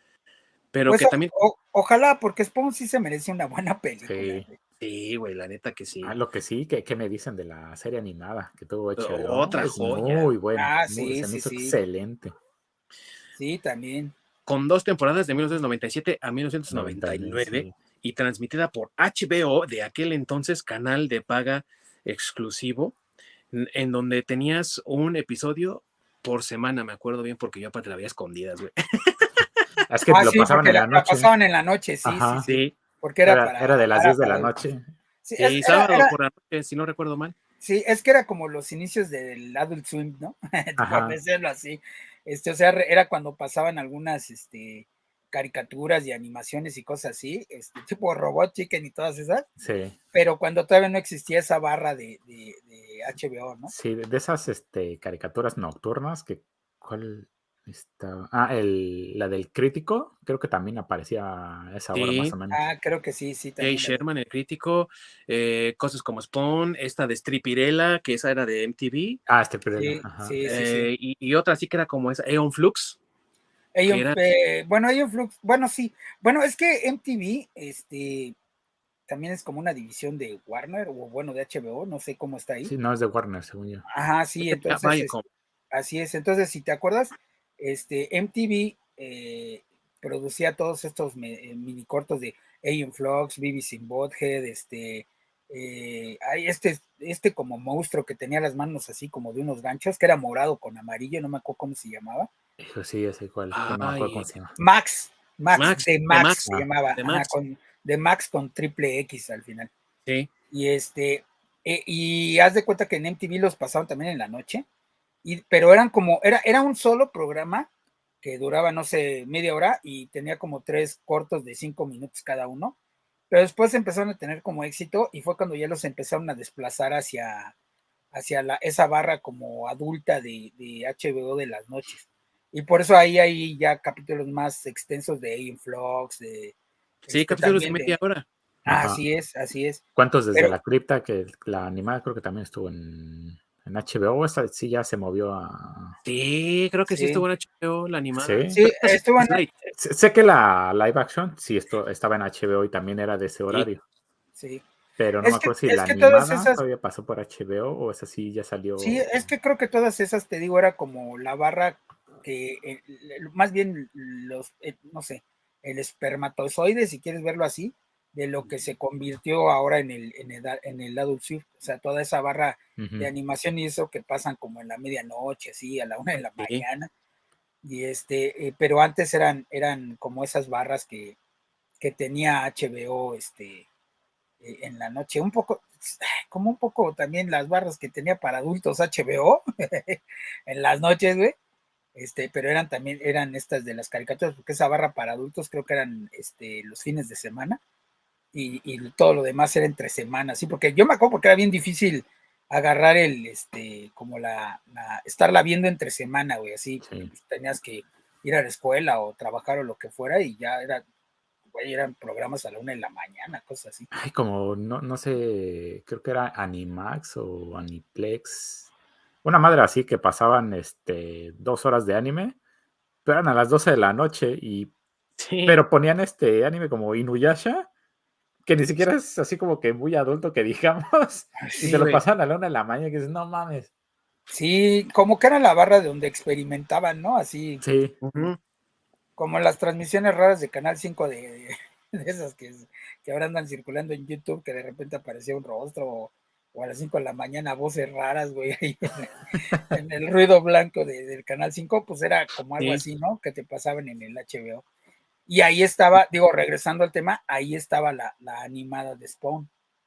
Pero Pues que o- también, o- ojalá, porque Spawn sí se merece una buena película, Sí. güey. sí, güey, la neta que sí. Ah, lo que sí, que, que me dicen de la serie animada que tuvo H B O, Otra es joya. muy buena, Ah, muy- sí, se me sí, hizo sí, excelente. sí, también. Con dos temporadas de mil novecientos noventa y siete a noventa y nueve, mil novecientos noventa y nueve sí. y transmitida por H B O, de aquel entonces canal de paga exclusivo, n- en donde tenías un episodio por semana, me acuerdo bien, porque yo aparte la veía escondidas, güey. Es que Ah, lo sí, pasaban porque en la, la la noche. pasaban en la noche, sí, sí, Ajá. sí. Sí, Porque era Era, para, era de las era diez de para la adultos. noche. Sí, es, sí, era, sábado era, por la noche, si no recuerdo mal. sí, es que era como los inicios del Adult Swim, ¿no? Por Ajá. decirlo así. Este, o sea, re- era cuando pasaban algunas, este, caricaturas y animaciones y cosas así, este, tipo Robot Chicken y todas esas, Sí. pero cuando todavía no existía esa barra de, de, de H B O, ¿no? Sí, de de esas este, caricaturas nocturnas que ¿cuál está? Ah, el, la del crítico, creo que también aparecía a esa hora más Sí, o menos. Ah, creo que sí, sí, Jay también la de. Sherman, el crítico, eh, cosas como Spawn, esta de Stripirella, que esa era de M T V, Ah, este Pirela, Sí, ajá. sí, sí, sí. eh, y, y otra sí que era como esa, Eon Flux, que Ellos, era, eh, bueno, ellos Flux, bueno, sí. Bueno, es que M T V, este, también es como una división de Warner, o bueno, de H B O, no sé cómo está ahí. Sí, no es de Warner, según yo. Ajá, sí, ah, entonces, es- Viacom. así es. Entonces, si te acuerdas, este, M T V eh, producía todos estos me- eh, mini cortos de Aeon Flux, Beavis and Butthead, este, eh, hay este, este como monstruo que tenía las manos así como de unos ganchos, que era morado con amarillo, no me acuerdo cómo se llamaba. Hijo, sí, ya sé cuál, pero no me acuerdo Ay, cómo se llama. Max, Max, Max, de de Max Max, se Ah, llamaba, de ajá, Max, con, de Max con triple X al final. sí, Y este, eh, y haz de cuenta que en M T V los pasaban también en la noche, y, pero eran como, era, era un solo programa que duraba, no sé, media hora y tenía como tres cortos de cinco minutos cada uno, pero después empezaron a tener como éxito y fue cuando ya los empezaron a desplazar hacia, hacia la, esa barra como adulta de, de H B O de las noches. Y por eso ahí hay ya capítulos más extensos de Aeon Flux, de sí, este capítulos de también media de, hora. ah, ajá. así es, así es. ¿Cuántos desde Pero la cripta? Que la animada creo que también estuvo en, en H B O. Esa sí ya se movió a. Sí, creo que sí estuvo sí, en H B O, la animada. Sí. sí, Pero esa sí estuvo en, es light. Sé, sé que la live action sí esto, estaba en H B O y también era de ese Sí, horario. sí. Pero no me Es que, acuerdo si es la que todas animada esas, todavía pasó por H B O o esa sí ya sí, salió. es que creo que todas esas, te digo, era como la barra que, eh, más bien los, eh, no sé, el espermatozoide, si quieres verlo así, de lo que se convirtió ahora en el, en el, en el Adult Swim, o sea, toda esa barra de Ujú. animación y eso que pasan como en la medianoche, así, a la una de la sí. mañana, y este, eh, pero antes eran, eran como esas barras que, que tenía H B O, este, eh, en la noche, un poco, como un poco también las barras que tenía para adultos H B O en las noches, güey. Este, pero eran también, eran estas de las caricaturas, porque esa barra para adultos creo que eran este, los fines de semana y, y todo lo demás era entre semanas, sí, porque yo me acuerdo porque era bien difícil agarrar el, este, como la, la estarla viendo entre semana, güey, así, porque Sí. pues, tenías que ir a la escuela o trabajar o lo que fuera y ya era, güey, eran programas a la una de la mañana, cosas así. Ay, como no, no sé, creo que era Animax o Aniplex. Una madre así que pasaban este dos horas de anime, pero eran a las doce de la noche y Sí, pero ponían este anime como Inuyasha, que ni siquiera es así como que muy adulto que digamos, y te sí, lo güey. pasaban a la una de la mañana y que dices, no mames. Sí, como que era la barra de donde experimentaban, ¿no? Así Sí, Ujú. como las transmisiones raras de Canal cinco de, de esas que, que ahora andan circulando en YouTube, que de repente aparecía un rostro o, o a las cinco de la mañana voces raras, güey, ahí en el, en el ruido blanco de, del Canal cinco, pues era como algo Sí, así, ¿no? Que te pasaban en el H B O. Y ahí estaba, digo, regresando al tema, ahí estaba la, la animada de Spawn.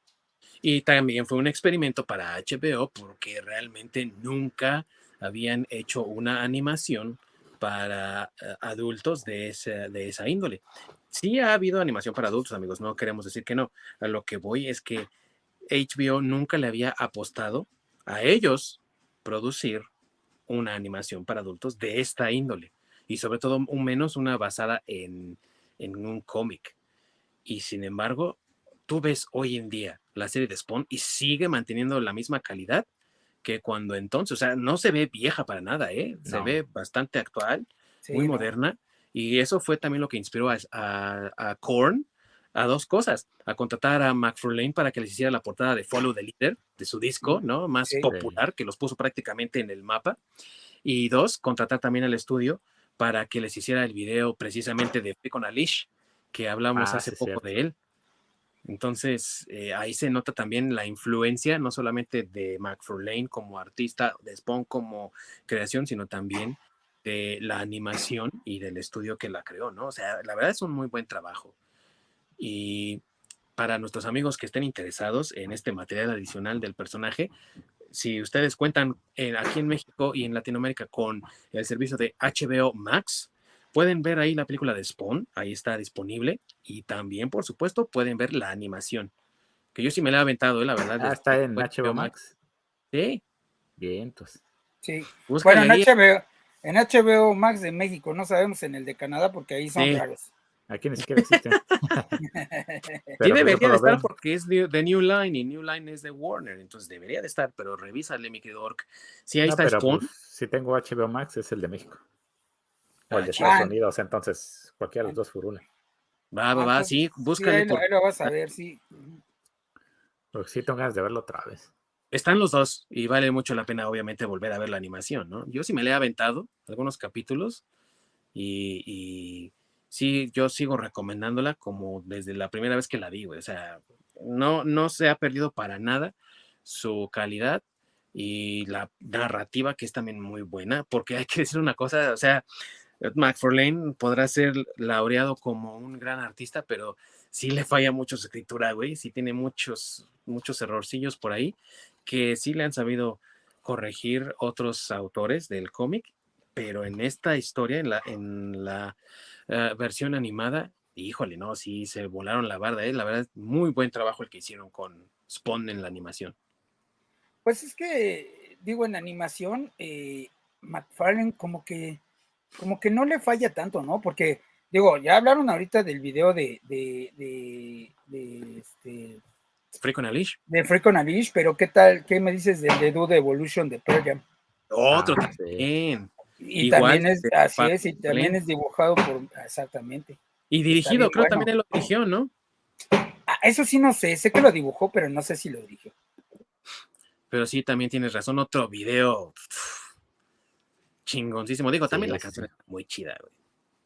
Y también fue un experimento para H B O porque realmente nunca habían hecho una animación para uh, adultos de esa, de esa índole. Sí ha habido animación para adultos, amigos, no queremos decir que no. A lo que voy es que H B O nunca le había apostado a ellos producir una animación para adultos de esta índole. Y sobre todo, un menos una basada en, en un cómic. Y sin embargo, tú ves hoy en día la serie de Spawn y sigue manteniendo la misma calidad que cuando entonces, o sea, no se ve vieja para nada, ¿eh? Se No. ve bastante actual, Sí, muy no. moderna, y eso fue también lo que inspiró a, a, a Korn a dos cosas, a contratar a McFarlane para que les hiciera la portada de Follow the Leader, de su disco, ¿no? Más Sí. popular, que los puso prácticamente en el mapa, y dos, contratar también al estudio para que les hiciera el video precisamente de Freak on a Leash, que hablamos Ah, hace sí, poco cierto. de él. Entonces, eh, ahí se nota también la influencia, no solamente de McFarlane como artista, de Spawn como creación, sino también de la animación y del estudio que la creó, ¿no? O sea, la verdad es un muy buen trabajo. Y para nuestros amigos que estén interesados en este material adicional del personaje, si ustedes cuentan eh, aquí en México y en Latinoamérica con el servicio de H B O Max, pueden ver ahí la película de Spawn, ahí está disponible, y también, por supuesto, pueden ver la animación, que yo sí me la he aventado, eh, la verdad. Ah, Desde está que en fue H B O H B O Max. Max. Sí, Bien, entonces. Sí. Bueno, búscale en ahí. H B O, en H B O Max de México, no sabemos en el de Canadá porque ahí son Sí, raros. Aquí ni siquiera existe. sí Pero pues yo debería de puedo ver. estar porque es de, de New Line y New Line es de Warner, entonces debería de estar, pero revísale, mi querido Orc. Sí, ahí No, está pero Spawn. pues si tengo H B O Max es el de México. O el Ah, de chido. Estados Ah, Unidos, entonces cualquiera de los dos furula. Va, va, ah, va, entonces, sí, sí, búscale ahí lo, porque ahí lo vas a ver, sí. Porque sí tengo ganas de verlo otra vez. están los dos y vale mucho la pena, obviamente, volver a ver la animación, ¿no? Yo sí me le he aventado algunos capítulos y, y sí, yo sigo recomendándola como desde la primera vez que la vi, güey. O sea, no, no se ha perdido para nada su calidad y la narrativa, que es también muy buena, porque hay que decir una cosa, o sea, McFarlane podrá ser laureado como un gran artista, pero sí le falla mucho su escritura, güey. Sí tiene muchos, muchos errorcillos por ahí que sí le han sabido corregir otros autores del cómic, pero en esta historia, en la, en la uh, versión animada, híjole, no, sí se volaron la barda, ¿eh? La verdad, muy buen trabajo el que hicieron con Spawn en la animación. Pues es que, digo, en animación, eh, McFarlane como que, como que no le falla tanto, ¿no? Porque, digo, ya hablaron ahorita del video de, de, de, de este, Freak on a Leash. de Freak on a Leash, pero ¿qué tal? ¿Qué me dices del de Dude Evolution de Pearl Jam? Otro Ah, sí. también. Y Igual también es, de así es, y también McFarlane. es dibujado por, exactamente, Y y está bien dirigido, creo bueno. también él lo dirigió, ¿no? Ah, eso sí no sé, sé que lo dibujó, pero no sé si lo dirigió. Pero sí, también tienes razón, otro video uf, chingoncísimo. Digo, también Sí, la sí, canción sí. es muy chida, güey.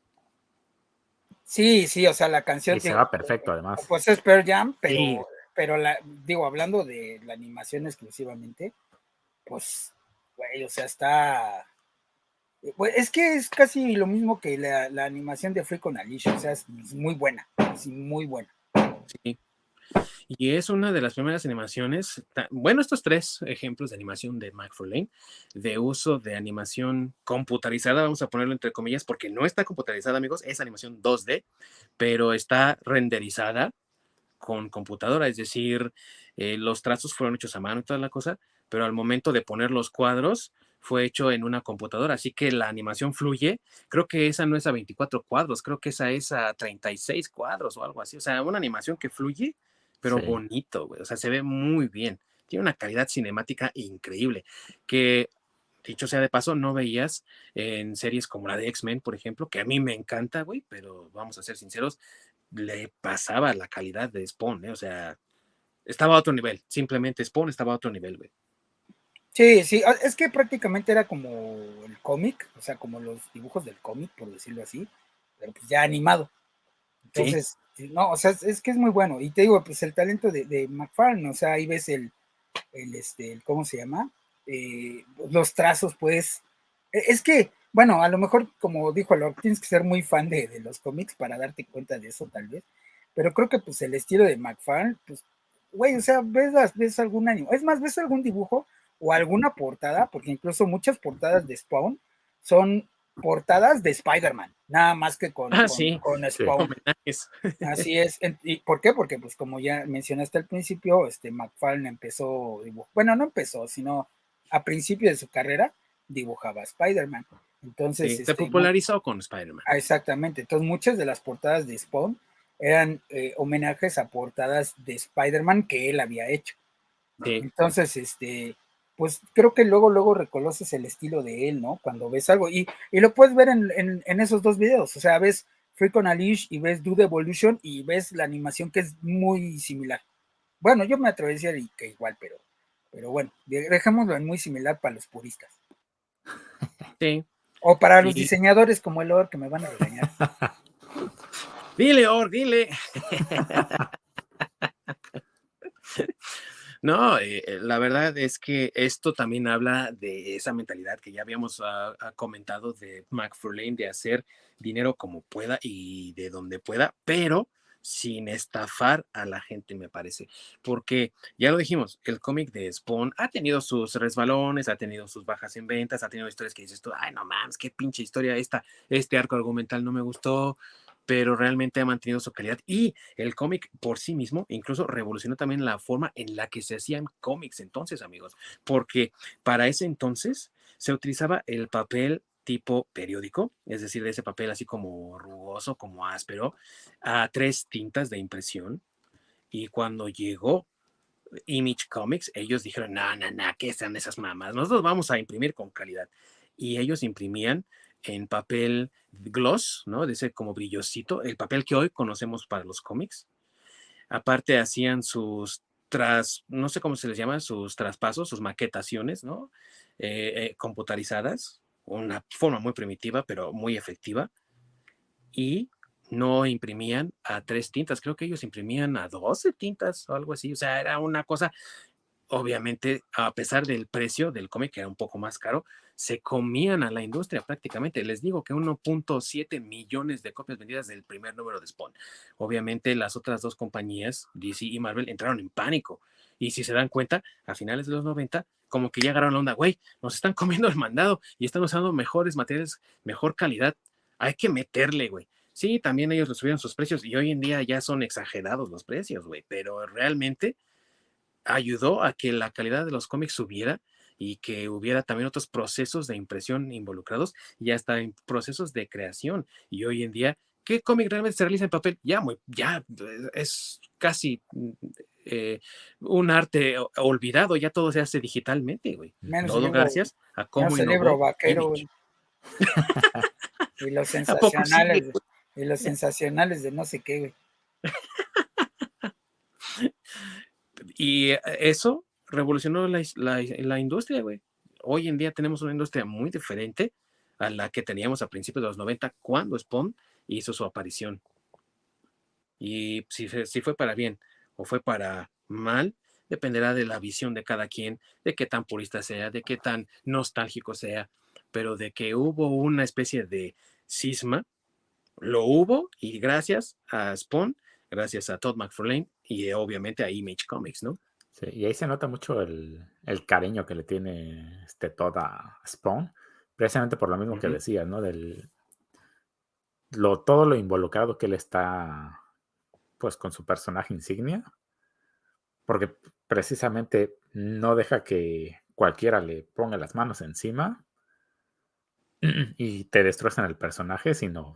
Sí, sí, o sea, la canción, Y se digo, va perfecto, además. pues es Pearl Jam, pero, Sí, pero la, digo, hablando de la animación exclusivamente, pues, güey, o sea, está, pues, es que es casi lo mismo que la, la animación de Freak on a Leash, o sea, es, es muy buena, sí, muy buena. sí. Y es una de las primeras animaciones, bueno, estos tres ejemplos de animación de McFarlane, de uso de animación computarizada, vamos a ponerlo entre comillas, porque no está computarizada, amigos, es animación dos D, pero está renderizada con computadora, es decir, eh, los trazos fueron hechos a mano y toda la cosa, pero al momento de poner los cuadros fue hecho en una computadora, así que la animación fluye. Creo que esa no es a veinticuatro cuadros, creo que esa es a treinta y seis cuadros o algo así, o sea, una animación que fluye, pero Sí. bonito, güey. O sea, se ve muy bien, tiene una calidad cinemática increíble, que dicho sea de paso, no veías en series como la de X-Men, por ejemplo, que a mí me encanta, güey, pero vamos a ser sinceros, le pasaba la calidad de Spawn, ¿eh? O sea, estaba a otro nivel, simplemente Spawn estaba a otro nivel, güey. Sí, sí, es que prácticamente era como el cómic, o sea, como los dibujos del cómic, por decirlo así, pero pues ya animado. Sí, Entonces, no, o sea, es, es que es muy bueno. Y te digo, pues el talento de, de McFarlane, o sea, ahí ves el, el este, el, ¿cómo se llama? Eh, los trazos, pues, es que, bueno, a lo mejor, como dijo Lord, tienes que ser muy fan de, de los cómics para darte cuenta de eso, tal vez, pero creo que, pues, el estilo de McFarlane, pues, güey, o sea, ves, las, ves algún año, es más, ves algún dibujo o alguna portada, porque incluso muchas portadas de Spawn son portadas de Spider-Man, nada más que con, Ah, con, sí, con Sí. Spawn. homenajes. Así es. ¿Y por qué? Porque, pues, como ya mencionaste al principio, este McFarlane empezó, bueno, no empezó, sino a principio de su carrera dibujaba a Spider-Man. Entonces, Sí, se este, popularizó con Spider-Man. ah, exactamente. Entonces, muchas de las portadas de Spawn eran eh, homenajes a portadas de Spider-Man que él había hecho. Sí. Entonces, este, pues creo que luego, luego reconoces el estilo de él, ¿no? Cuando ves algo, y, y lo puedes ver en, en, en esos dos videos, o sea, ves Freak on a Leash y ves Dude Evolution y ves la animación que es muy similar. Bueno, yo me atrevería a decir que igual, pero, pero bueno, dejémoslo en muy similar para los puristas. Sí. O para los Y... diseñadores como el Or que me van a regañar. Dile, Or, dile. No, eh, la verdad es que esto también habla de esa mentalidad que ya habíamos uh, uh, comentado de McFarlane, de hacer dinero como pueda y de donde pueda, pero sin estafar a la gente, me parece. Porque ya lo dijimos, el cómic de Spawn ha tenido sus resbalones, ha tenido sus bajas en ventas, ha tenido historias que dices tú, ay, no mames, qué pinche historia esta, este arco argumental no me gustó, pero realmente ha mantenido su calidad y el cómic por sí mismo incluso revolucionó también la forma en la que se hacían cómics entonces, amigos, porque para ese entonces se utilizaba el papel tipo periódico, es decir, de ese papel así como rugoso, como áspero, a tres tintas de impresión, y cuando llegó Image Comics, ellos dijeron, no, no, no, ¿qué están esas mamas? Nosotros vamos a imprimir con calidad. Y ellos imprimían en papel gloss, ¿no? De ese como brillosito, el papel que hoy conocemos para los cómics. Aparte hacían sus tras, no sé cómo se les llama, sus traspasos, sus maquetaciones, ¿no? Eh, eh, computarizadas, una forma muy primitiva, pero muy efectiva. Y no imprimían a tres tintas, creo que ellos imprimían a doce tintas o algo así, o sea, era una cosa, obviamente, a pesar del precio del cómic, que era un poco más caro, se comían a la industria prácticamente. Les digo que uno punto siete millones de copias vendidas del primer número de Spawn. Obviamente, las otras dos compañías, D C y Marvel, entraron en pánico. Y si se dan cuenta, a finales de los noventa, como que ya agarraron la onda, güey, nos están comiendo el mandado y están usando mejores materiales, mejor calidad. Hay que meterle, güey. Sí, también ellos lo subieron sus precios y hoy en día ya son exagerados los precios, güey, pero realmente ayudó a que la calidad de los cómics subiera y que hubiera también otros procesos de impresión involucrados y hasta en procesos de creación. Y hoy en día, ¿qué cómic realmente se realiza en papel? Ya, muy, ya es casi eh, un arte olvidado, ya todo se hace digitalmente, güey. Menos el Todo libro, gracias a cómo menos el libro innovó vaquero, Image. güey. Y los ¿A poco sensacionales, sí? y los sensacionales de no sé qué, güey. Y eso revolucionó la, la, la industria, güey. Hoy en día tenemos una industria muy diferente a la que teníamos a principios de los noventa cuando Spawn hizo su aparición. Y si, si fue para bien o fue para mal, dependerá de la visión de cada quien, de qué tan purista sea, de qué tan nostálgico sea, pero de que hubo una especie de cisma, lo hubo, y gracias a Spawn, gracias a Todd McFarlane y obviamente a Image Comics, ¿no? Sí, y ahí se nota mucho el, el cariño que le tiene este Todd a Spawn, precisamente por lo mismo que Uh-huh. decías, ¿no? Del, lo, todo lo involucrado que él está, pues, con su personaje insignia, porque precisamente no deja que cualquiera le ponga las manos encima y te destrozan el personaje, sino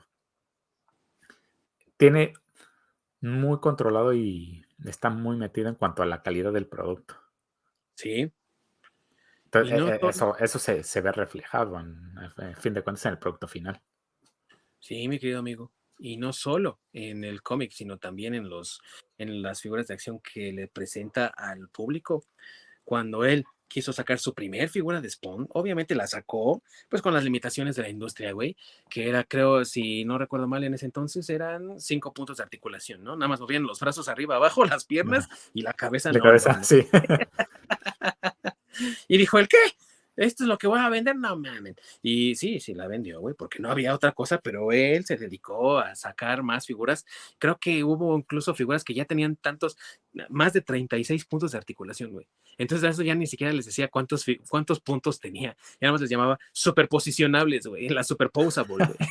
tiene muy controlado y está muy metido en cuanto a la calidad del producto. Sí. Entonces, Y no eh, solo, eso, eso se, se ve reflejado, en, en fin de cuentas, en el producto final. sí, mi querido amigo, y no solo en el cómic, sino también en los, en las figuras de acción que le presenta al público. Cuando él quiso sacar su primer figura de Spawn, obviamente la sacó, pues con las limitaciones de la industria, güey, que era, creo, si no recuerdo mal en ese entonces, eran cinco puntos de articulación, ¿no? Nada más movían los brazos arriba, abajo, las piernas y la cabeza La no, cabeza, no, no. sí. Y dijo, ¿el qué? esto es lo que voy a vender, no mames. Y sí, sí la vendió, güey, porque no había otra cosa, pero él se dedicó a sacar más figuras. Creo que hubo incluso figuras que ya tenían tantos, más de treinta y seis puntos de articulación, güey. Entonces a eso ya ni siquiera les decía cuántos, cuántos puntos tenía. Ya nada más les llamaba superposicionables, güey, la superposable, güey.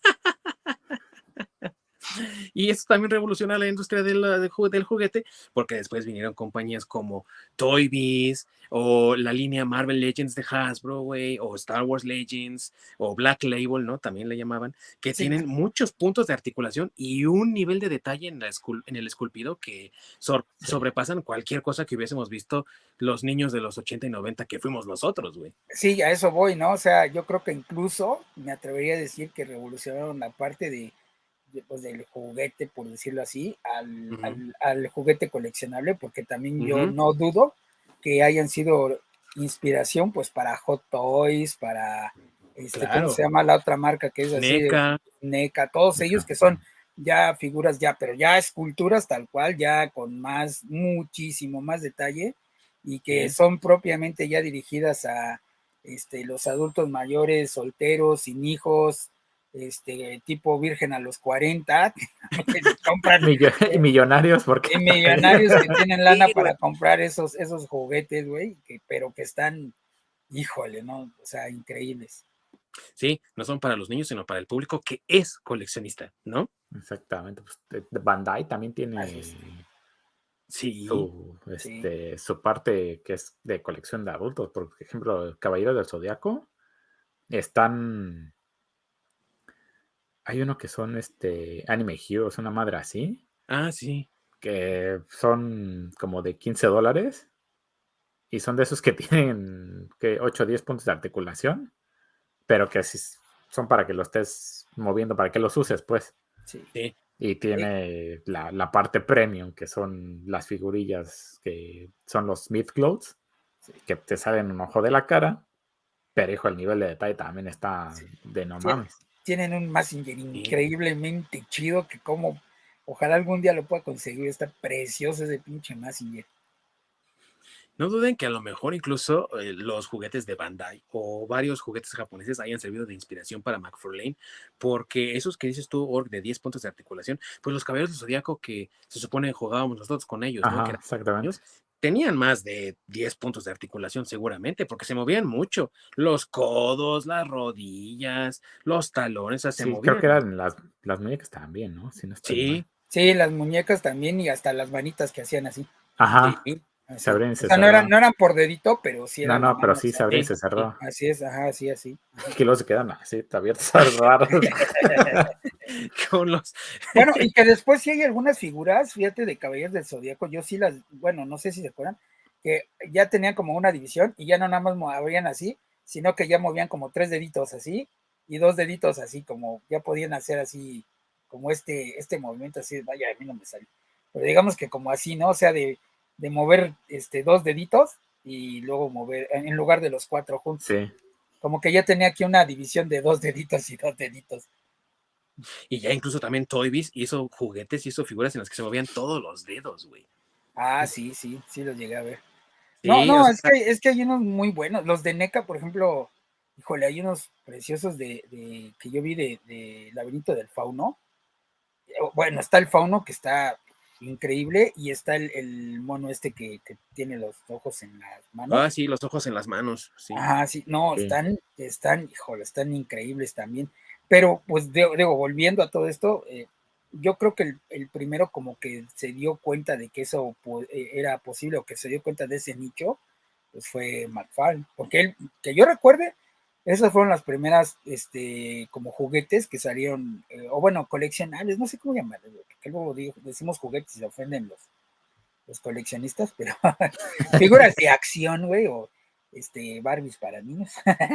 Y esto también revoluciona la industria de la, de, del juguete, porque después vinieron compañías como Toy Biz, o la línea Marvel Legends de Hasbro, güey, o Star Wars Legends, o Black Label, ¿no? También le llamaban, que sí, tienen muchos puntos de articulación y un nivel de detalle en, la escul en el esculpido que so sobrepasan cualquier cosa que hubiésemos visto los niños de los ochenta y noventa que fuimos nosotros, güey. Sí, a eso voy, ¿no? O sea, yo creo que incluso me atrevería a decir que revolucionaron la parte de pues del juguete, por decirlo así, al, uh-huh. al, al juguete coleccionable, porque también uh-huh. yo no dudo que hayan sido inspiración pues para Hot Toys, para este, claro. ¿cómo se llama la otra marca que es así? NECA. NECA, todos NECA. Ellos que son ya figuras ya, pero ya esculturas tal cual, ya con más, muchísimo más detalle, y que sí. son propiamente ya dirigidas a este, los adultos mayores, solteros, sin hijos, este tipo virgen a los cuarenta, que compran y millonarios porque y millonarios que tienen lana para comprar esos esos juguetes, güey, que, pero que están, híjole, no, o sea, increíbles. Sí, no son para los niños, sino para el público que es coleccionista, ¿no? Exactamente. Pues Bandai también tiene sí, su, este, sí. su parte que es de colección de adultos. Por ejemplo, Caballeros del Zodiaco están. Hay uno que son este Anime Heroes, una madre así. Ah, sí. Que son como de quince dólares. Y son de esos que tienen que ocho o diez puntos de articulación. Pero que así son para que los estés moviendo, para que los uses, pues. Sí. sí. Y tiene sí. La, la parte premium, que son las figurillas que son los Myth Clothes, sí. que te salen un ojo de la cara. Pero, hijo, el nivel de detalle también está sí. de no mames. Tienen un Mazinger increíblemente chido que como ojalá algún día lo pueda conseguir. Está precioso ese pinche Mazinger. No duden que a lo mejor incluso eh, los juguetes de Bandai o varios juguetes japoneses hayan servido de inspiración para McFarlane, porque esos que dices tú, Org, de diez puntos de articulación, pues los Caballeros del Zodiaco que se supone jugábamos nosotros con ellos, Ajá, ¿no? Que eran exactamente. Ellos, tenían más de diez puntos de articulación seguramente, porque se movían mucho. Los codos, las rodillas, los talones, o sea, se sí, movían. Creo que eran las, las muñecas también, ¿no? Si no estoy sí. mal. Sí, las muñecas también y hasta las manitas que hacían así. Ajá. Sí. Se abrían y se o sea, no eran, no eran por dedito, pero sí eran. No, no, pero sí se abría y se cerró. Así es, ajá, así, así. Ajá. Que luego se quedan así, abiertos raros. Con los... Bueno, y que después sí hay algunas figuras, fíjate, de Caballeros del Zodíaco, yo sí las, bueno, no sé si se acuerdan, que ya tenían como una división y ya no nada más abrían así, sino que ya movían como tres deditos así y dos deditos así, como ya podían hacer así, como este, este movimiento así, vaya, a mí no me sale, pero digamos que como así, ¿no? O sea, de, de mover este, dos deditos y luego mover, en lugar de los cuatro juntos. Sí. Como que ya tenía aquí una división de dos deditos y dos deditos. Y ya incluso también Toy Biz hizo juguetes y hizo figuras en las que se movían todos los dedos, güey. Ah, sí, sí, sí los llegué a ver. Sí, no, no, o es, sea, que, es que hay unos muy buenos. Los de NECA, por ejemplo, híjole, hay unos preciosos de, de que yo vi de, de Laberinto del Fauno. Bueno, está el Fauno que está increíble y está el, el mono este que, que tiene los ojos en las manos. Ah, sí, los ojos en las manos, sí. Ah, sí, no, Sí. están, están, híjole, están increíbles también. Pero, pues, digo, digo, volviendo a todo esto, eh, yo creo que el, el primero como que se dio cuenta de que eso po- eh, era posible o que se dio cuenta de ese nicho, pues fue McFarlane. Porque él, que yo recuerde, esas fueron las primeras, este, como juguetes que salieron, eh, o bueno, coleccionables, no sé cómo llamarles, porque luego digo, decimos juguetes y se ofenden los, los coleccionistas, pero figuras de acción, güey, o este, Barbies para niños.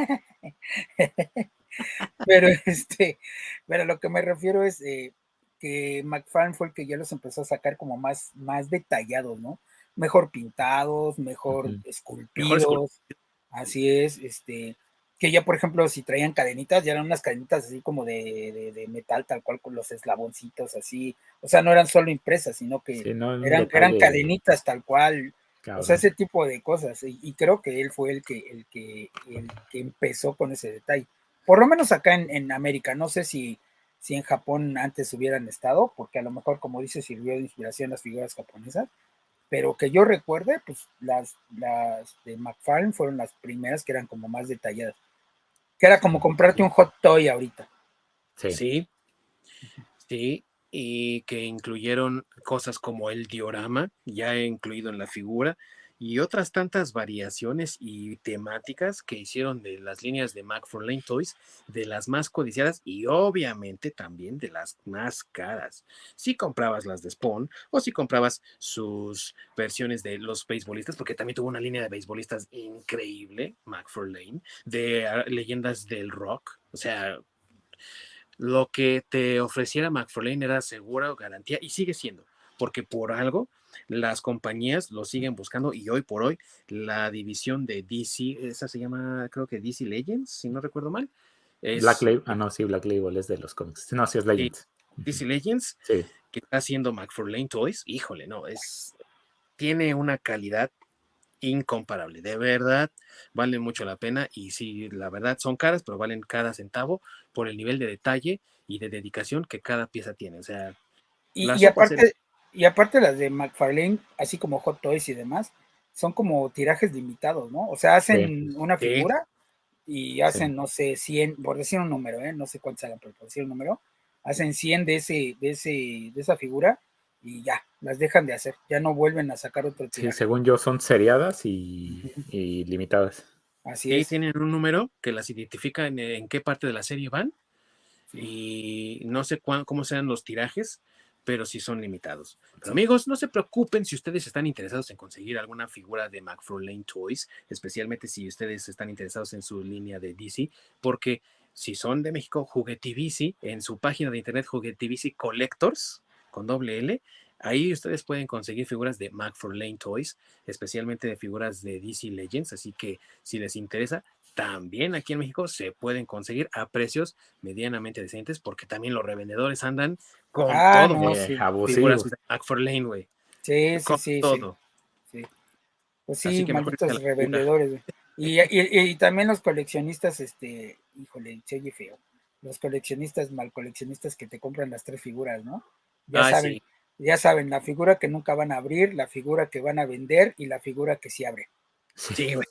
pero este, pero lo que me refiero es eh, que McFarlane fue el que ya los empezó a sacar como más, más detallados, ¿no? Mejor pintados, mejor Ujú. esculpidos, Mejor esculpidos. así es, este, que ya por ejemplo si traían cadenitas, ya eran unas cadenitas así como de, de, de metal, tal cual con los eslaboncitos así, o sea, no eran solo impresas, sino que Sí, no, un eran, eran detalle cadenitas tal cual. O sea, ese tipo de cosas. Y, y creo que él fue el que, el, que, el que empezó con ese detalle. Por lo menos acá en, en América. No sé si, si en Japón antes hubieran estado, porque a lo mejor, como dice, sirvió de inspiración las figuras japonesas. Pero que yo recuerde, pues las, las de McFarlane fueron las primeras que eran como más detalladas. Que era como comprarte un hot toy ahorita. Sí. Sí. Sí, y que incluyeron cosas como el diorama, ya incluido en la figura, y otras tantas variaciones y temáticas que hicieron de las líneas de McFarlane Toys, de las más codiciadas y obviamente también de las más caras. Si comprabas las de Spawn o si comprabas sus versiones de los beisbolistas, porque también tuvo una línea de beisbolistas increíble, McFarlane, de uh, leyendas del rock, o sea... Lo que te ofreciera McFarlane era segura o garantía y sigue siendo, porque por algo las compañías lo siguen buscando y hoy por hoy la división de D C, esa se llama creo que D C Legends, si no recuerdo mal. Es, Black Label, ah no, sí, Black Label es de los cómics. No, sí es Legends. D C Legends, sí. Que está haciendo McFarlane Toys, híjole, no, es, tiene una calidad incomparable, de verdad, valen mucho la pena y sí, la verdad son caras, pero valen cada centavo por el nivel de detalle y de dedicación que cada pieza tiene, o sea, y, y aparte hacer... y aparte las de McFarlane, así como Hot Toys y demás, son como tirajes limitados, ¿no? O sea, hacen sí. una figura sí. y hacen, sí. no sé, cien, por decir un número, ¿eh? No sé cuántos hagan, pero por decir un número, hacen cien de ese, de ese, de esa figura y ya, las dejan de hacer, ya no vuelven a sacar otro tiraje. Sí, según yo son seriadas y, y limitadas. Así sí, es. Tienen un número que las identifica en, en qué parte de la serie van sí. y no sé cuán, cómo sean los tirajes, pero sí son limitados. Pero sí. Amigos, no se preocupen si ustedes están interesados en conseguir alguna figura de McFarlane Toys, especialmente si ustedes están interesados en su línea de D C, porque si son de México, Juguetivici, en su página de internet Juguetivici Collectors, con doble L, ahí ustedes pueden conseguir figuras de McFarlane Toys, especialmente de figuras de D C Legends, así que si les interesa, también aquí en México se pueden conseguir a precios medianamente decentes, porque también los revendedores andan con ah, todo. No, eh, sí. Figuras de McFarlane, güey. Sí, sí, con sí. todo. Sí. Sí. Pues sí, malditos revendedores, güey. Y, y, y también los coleccionistas, este, híjole, se oye feo. Los coleccionistas, mal coleccionistas que te compran las tres figuras, ¿no? Ya ah, saben, sí. ya saben, la figura que nunca van a abrir, la figura que van a vender y la figura que sí abre. Sí, güey.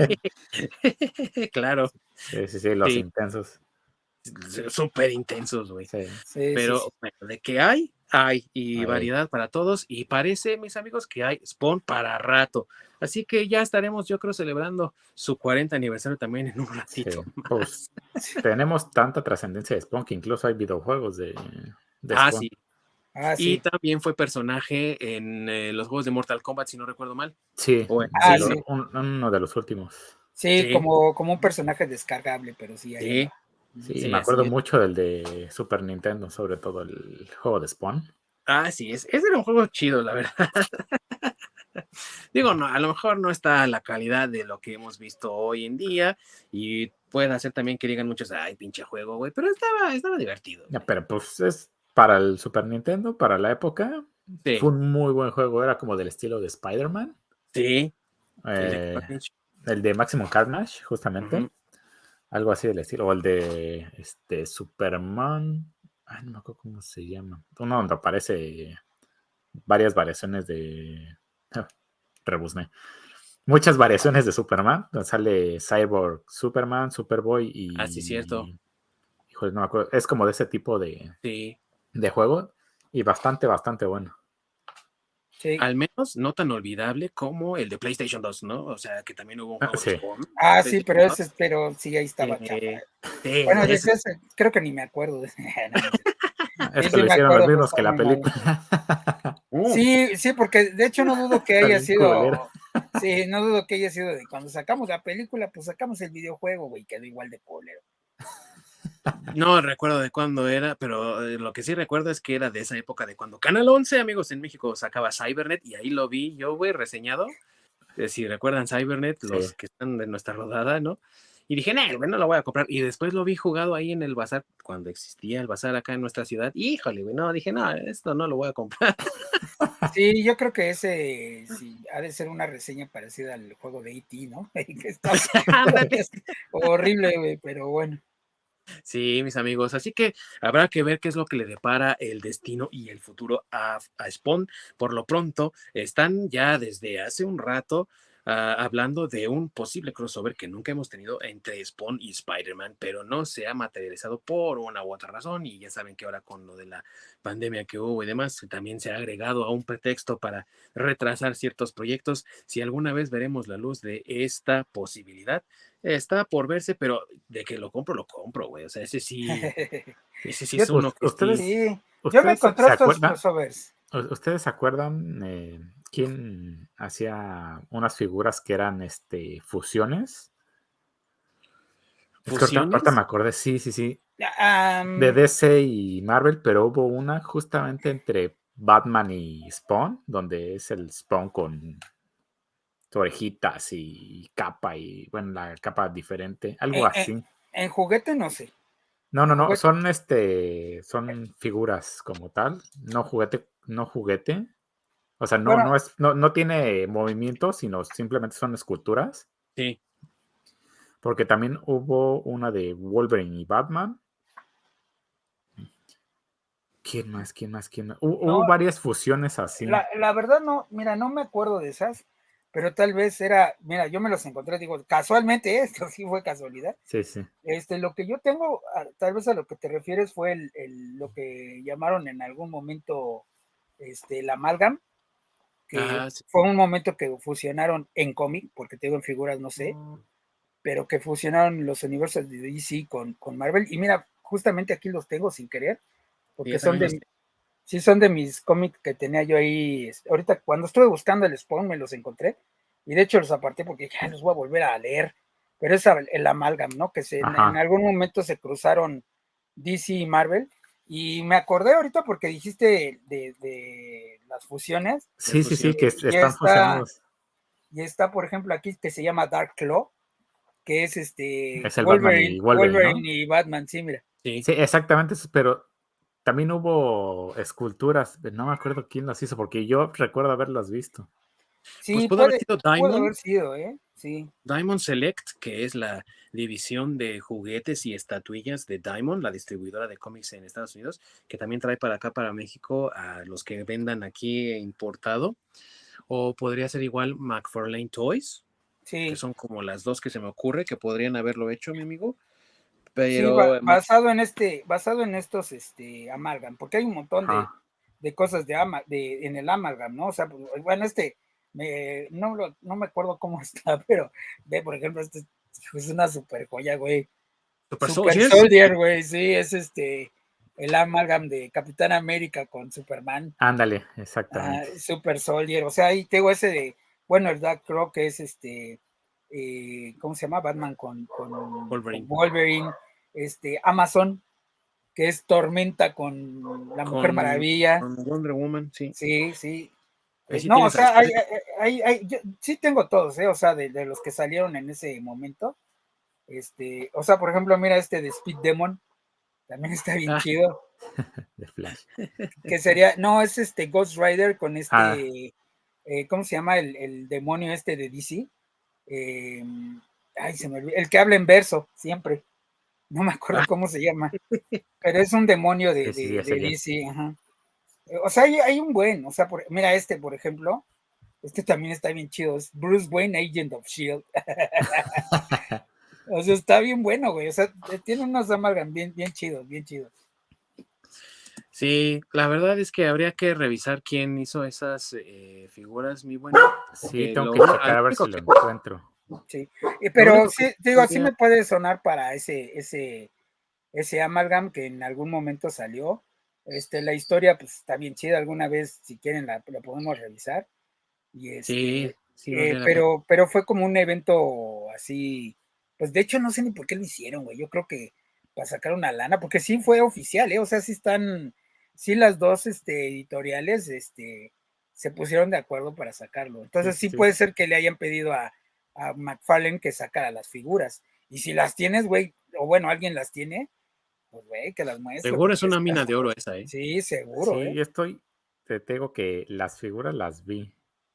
Sí. Claro. Sí, sí, sí, los sí. intensos. Súper intensos, güey. Sí. Sí, Pero sí, sí. Bueno, de que hay, hay, y Ay. variedad para todos, y parece, mis amigos, que hay Spawn para rato. Así que ya estaremos, yo creo, celebrando su cuarenta aniversario también en un ratito. Sí. Pues, tenemos tanta trascendencia de Spawn que incluso hay videojuegos de, de ah, Spawn. Sí. Ah, y sí. también fue personaje en eh, los juegos de Mortal Kombat, si no recuerdo mal. Sí, o en, ah, sí, sí. Un, uno de los últimos. Sí, sí. Como, como un personaje descargable, pero sí. Hay sí. Sí, sí, me acuerdo mucho del de Super Nintendo, sobre todo el juego de Spawn. Ah, sí, es, ese era un juego chido, la verdad. Digo, no, a lo mejor no está a la calidad de lo que hemos visto hoy en día y puede hacer también que digan muchos, ay, pinche juego, güey, pero estaba, estaba divertido. Ya, pero pues es para el Super Nintendo, para la época, sí. Fue un muy buen juego, era como del estilo de Spider-Man. Sí. Eh, el, de el de Maximum Carnage, justamente. Uh-huh. Algo así del estilo, o el de este Superman, ay, no me acuerdo cómo se llama, uno donde aparece varias variaciones de rebusné, muchas variaciones de Superman, donde sale Cyborg Superman, Superboy y ah, sí, cierto. Híjole, no me acuerdo, es como de ese tipo de, sí. de juego y bastante, bastante bueno. Sí. Al menos no tan olvidable como el de PlayStation dos, ¿no? O sea, que también hubo un juego ah, sí. de Spawn. Ah, sí, pero ese, pero sí, ahí estaba eh, chafa. Sí, bueno, ese, ese, creo que ni me acuerdo. Es que sí, lo hicieron los mismos que la película. Sí, sí, porque de hecho no dudo que haya sido. Sí, no dudo que haya sido de cuando sacamos la película, pues sacamos el videojuego, güey, quedó igual de culero. No recuerdo de cuándo era, pero lo que sí recuerdo es que era de esa época de cuando Canal once, amigos, en México sacaba Cybernet y ahí lo vi yo, güey, reseñado. Eh, si recuerdan Cybernet, sí. Los que están de nuestra rodada, ¿no? Y dije, no, güey, no lo voy a comprar. Y después lo vi jugado ahí en el bazar, cuando existía el bazar acá en nuestra ciudad. Híjole, güey, no, dije, no, esto no lo voy a comprar. Sí, yo creo que ese sí, ha de ser una reseña parecida al juego de E T, ¿no? Que está horrible, güey, pero bueno. Sí, mis amigos, así que habrá que ver qué es lo que le depara el destino y el futuro a, a Spawn. Por lo pronto, están ya desde hace un rato uh, hablando de un posible crossover que nunca hemos tenido entre Spawn y Spider-Man, pero no se ha materializado por una u otra razón. Y ya saben que ahora con lo de la pandemia que hubo y demás, también se ha agregado a un pretexto para retrasar ciertos proyectos. Si alguna vez veremos la luz de esta posibilidad, está por verse, pero de que lo compro, lo compro, güey. O sea, ese sí, ese sí Yo, es uno que Ustedes, sí. sí, yo me ¿ustedes se encontré estos acuerdan? crossovers. ¿U- ¿Ustedes se acuerdan eh, quién hacía unas figuras que eran este, fusiones? Es que ahorita, ahorita me ¿Fusiones? acordé, sí, sí, sí, de Um, D C y Marvel, pero hubo una justamente entre Batman y Spawn, donde es el Spawn con orejitas y capa y, bueno, la capa diferente, algo en, en- así. en juguete no sé. No, En no, no, juguete, son este, son figuras como tal, no juguete, no juguete. O sea, no, bueno, no es, no, no tiene movimiento, sino simplemente son esculturas. Sí. Porque también hubo una de Wolverine y Batman. ¿Quién más? ¿Quién más? ¿Quién más? Hubo, hubo no, varias fusiones así. la, la verdad no, mira, no me acuerdo de esas, pero tal vez era, mira, yo me los encontré, digo, casualmente, esto sí fue casualidad. Sí, sí. Este, lo que yo tengo, a- tal vez a lo que te refieres fue el, el- lo que llamaron en algún momento este, el amalgam, que Ajá, sí. fue un momento que fusionaron en cómic, porque te digo en figuras, no sé, pero que fusionaron los universos de D C con, con Marvel. Y mira, justamente aquí los tengo sin querer, Sí, porque yo son también los de, sí son de mis cómics que tenía yo ahí. Ahorita cuando estuve buscando el Spawn me los encontré, y de hecho los aparté porque ya los voy a volver a leer. Pero es el amalgam, ¿no? Que se, en, en Ajá. algún momento se cruzaron D C y Marvel. Y me acordé ahorita porque dijiste de, de las fusiones. de Sí, sí, sí, fusión. que Eh, est- y están está, fusionados. y está, por ejemplo, aquí que se llama Dark Claw, que es este Es el Batman y Wolverine, Wolverine, Wolverine ¿no? y Batman, sí, mira. Sí. Sí, exactamente, eso, pero también hubo esculturas. No me acuerdo quién las hizo, porque yo recuerdo haberlas visto. Pues Sí, pudo haber puede, sido puede Diamond, haber sido, ¿eh? Sí. Diamond Select, que es la división de juguetes y estatuillas de Diamond, la distribuidora de cómics en Estados Unidos, que también trae para acá, para México, a los que vendan aquí importado. O podría ser igual McFarlane Toys, que Sí, son como las dos que se me ocurre que podrían haberlo hecho, mi amigo. sí, ba- Pero Max, basado en este, basado en estos, este, amalgam, porque hay un montón de, Ajá. de cosas de, ama, de en el amalgam, ¿no? O sea, pues, bueno, este, me, no, lo- no me acuerdo cómo está, pero ve, por ejemplo, este es una super joya, güey. Super Super Soldiers, Soldier, güey, sí, es este, el amalgam de Capitán América con Superman. Ándale, Ajá, exactamente. Super Soldier, o sea, ahí tengo ese de, bueno, el Dark Crow que es este, eh, ¿cómo se llama? Batman con, con, con Wolverine, Wolverine, este, Amazon, que es Tormenta con la Mujer con, Maravilla, con Wonder Woman, sí. sí, sí. Ahí Eh, sí no, o tienes a sea, hay, Spider. hay, hay, hay- yo sí tengo todos, ¿eh? O sea, de, de los que salieron en ese momento, este, o sea, por ejemplo, mira este de Speed Demon, también está bien Ah, chido, De Flash. que sería, no, es este Ghost Rider con Ah, este, eh, ¿cómo se llama? El, el, demonio este de D C. Eh, ay, se me olvidó, el que habla en verso, siempre. No me acuerdo ah, cómo se llama, pero es un demonio de, sí, sí, sí, de, ya sé de quién. D C. Ajá. O sea, hay, hay, un buen, o sea, por, mira este, por ejemplo, este también está bien chido, es Bruce Wayne, Agent of Shield. O sea, está bien bueno, güey. O sea, tiene unos amalgam bien, bien chidos, bien chidos. sí, la verdad es que habría que revisar quién hizo esas eh, figuras, mi bueno, Sí, porque tengo lo, que ú- al checar a ver si único lo que, encuentro. Sí. Eh, lo Pero único sí, que digo, sí podría, me puede sonar para ese, ese, ese amalgam que en algún momento salió. Este, la historia, pues está bien chida. Alguna vez, si quieren, la, la podemos revisar. Y sí, este, sí eh, valdría la pena. pero, pero fue como un evento así. Pues de hecho, no sé ni por qué lo hicieron, güey. Yo creo que para sacar una lana, porque sí fue oficial, ¿eh? O sea, sí están, sí las dos este, editoriales, este, se pusieron de acuerdo para sacarlo. Sí, Entonces sí, sí sí. puede ser que le hayan pedido a, a McFarlane que sacara las figuras. Y si las tienes, güey, o bueno, alguien las tiene, pues, güey, que las muestre. Seguro es una porque mina está- de oro esa, ¿eh? Sí, seguro, Sí, ¿eh? estoy, te digo que las figuras las vi.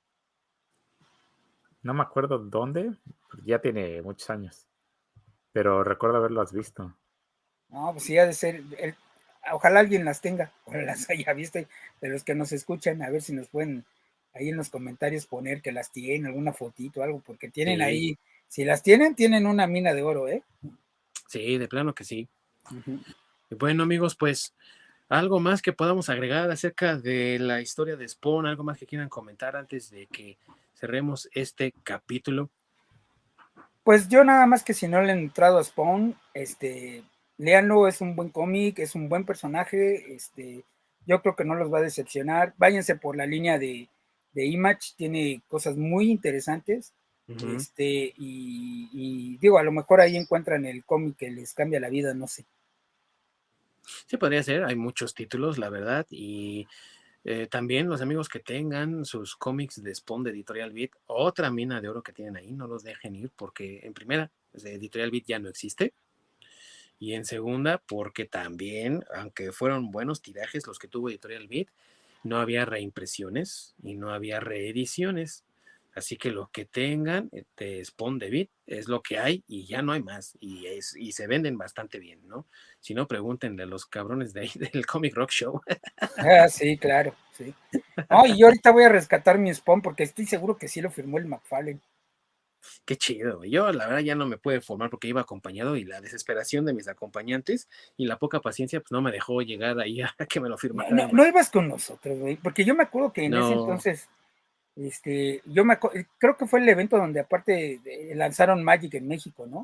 No me acuerdo dónde, porque ya tiene muchos años, pero recuerdo haberlas visto. No, pues sí, ha de ser. el- ojalá alguien las tenga, o las haya visto, de los que nos escuchan, a ver si nos pueden ahí en los comentarios poner que las tienen, alguna fotito o algo, porque tienen Sí, ahí, si las tienen, tienen una mina de oro, ¿eh? sí, de plano que sí. Ujú. Y bueno, amigos, pues algo más que podamos agregar acerca de la historia de Spawn, algo más que quieran comentar antes de que cerremos este capítulo. Pues yo nada más que si no le han entrado a Spawn, este, léanlo, es un buen cómic, es un buen personaje, este, yo creo que no los va a decepcionar. Váyanse por la línea de, de Image, tiene cosas muy interesantes. Ujú. Este, y, y digo, a lo mejor ahí encuentran el cómic que les cambia la vida, no sé. Sí, podría ser, hay muchos títulos, la verdad, y eh, también los amigos que tengan sus cómics de Spawn de Editorial Beat, otra mina de oro que tienen ahí, no los dejen ir porque en primera, pues, Editorial Beat ya no existe, y en segunda, porque también, aunque fueron buenos tirajes los que tuvo Editorial Beat, no había reimpresiones y no había reediciones. Así que lo que tengan eh, de Spawn de Beat es lo que hay y ya no hay más. Y, es, y se venden bastante bien, ¿no? Si no, pregúntenle a los cabrones de ahí del Comic Rock Show. Ah, sí, claro, sí. No, y yo ahorita voy a rescatar mi Spawn porque estoy seguro que sí lo firmó el McFarlane. Qué chido, güey. Yo la verdad ya no me pude formar porque iba acompañado y la desesperación de mis acompañantes y la poca paciencia pues no me dejó llegar ahí a que me lo No, firmara no, el no Mac. ibas con nosotros, güey, porque yo me acuerdo que en ese No, entonces, este, yo me acu- creo que fue el evento donde aparte de- lanzaron Magic en México, ¿no?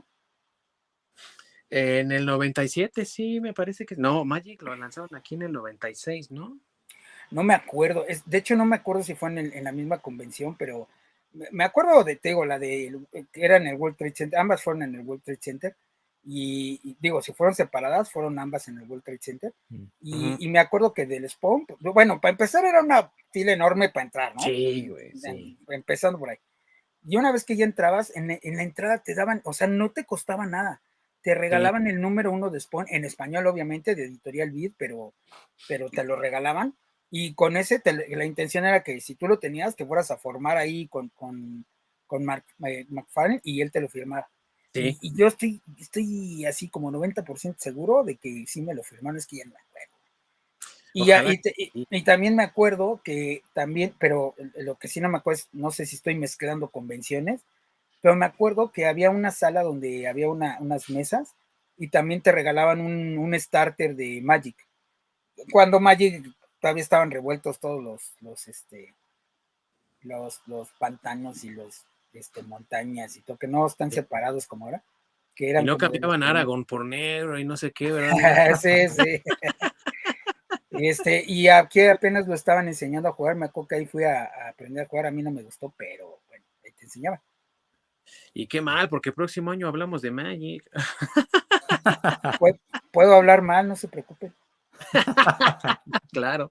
en el noventa y siete sí, me parece que... No, Magic lo lanzaron aquí en el noventa y seis, ¿no? No me acuerdo, es, de hecho no me acuerdo si fue en, el- en la misma convención, pero me, me acuerdo de, te digo, la de, que era en el World Trade Center, ambas fueron en el World Trade Center, y, y digo, si fueron separadas, fueron ambas en el World Trade Center, Mm. y, Ujú. y me acuerdo que del Spawn, pues, bueno, para empezar era una fila enorme para entrar, ¿no? Sí, güey, sí. Empezando por ahí. Y una vez que ya entrabas, en, en la entrada te daban, o sea, no te costaba nada. Te Sí, regalaban el número uno de Spawn, en español, obviamente, de Editorial Beat, pero, pero te lo regalaban. Y con ese, te, la intención era que si tú lo tenías, te fueras a formar ahí con, con, con Mark, eh, McFarlane y él te lo firmara. sí. Y, y yo estoy, estoy así como noventa por ciento seguro de que sí me lo firmaron, es que ya no me acuerdo. Y, ya, Ojalá y, que te- y- sí. y también me acuerdo que también, pero lo que sí no me acuerdo es, no sé si estoy mezclando convenciones, pero me acuerdo que había una sala donde había una, unas mesas y también te regalaban un, un starter de Magic. Cuando Magic todavía estaban revueltos todos los, los, este, los, los pantanos y los este, montañas y todo, que no están separados como ahora, que Y eran no como de los cambiaban primeros. Aragorn por negro y no sé qué, ¿verdad, amigo? Sí, sí. Este, y aquí apenas lo estaban enseñando a jugar, me acuerdo que ahí fui a, a aprender a jugar, a mí no me gustó, pero bueno, ahí te enseñaba. Y qué mal, porque el próximo año hablamos de Magic. Puedo, puedo hablar mal, no se preocupe. Claro.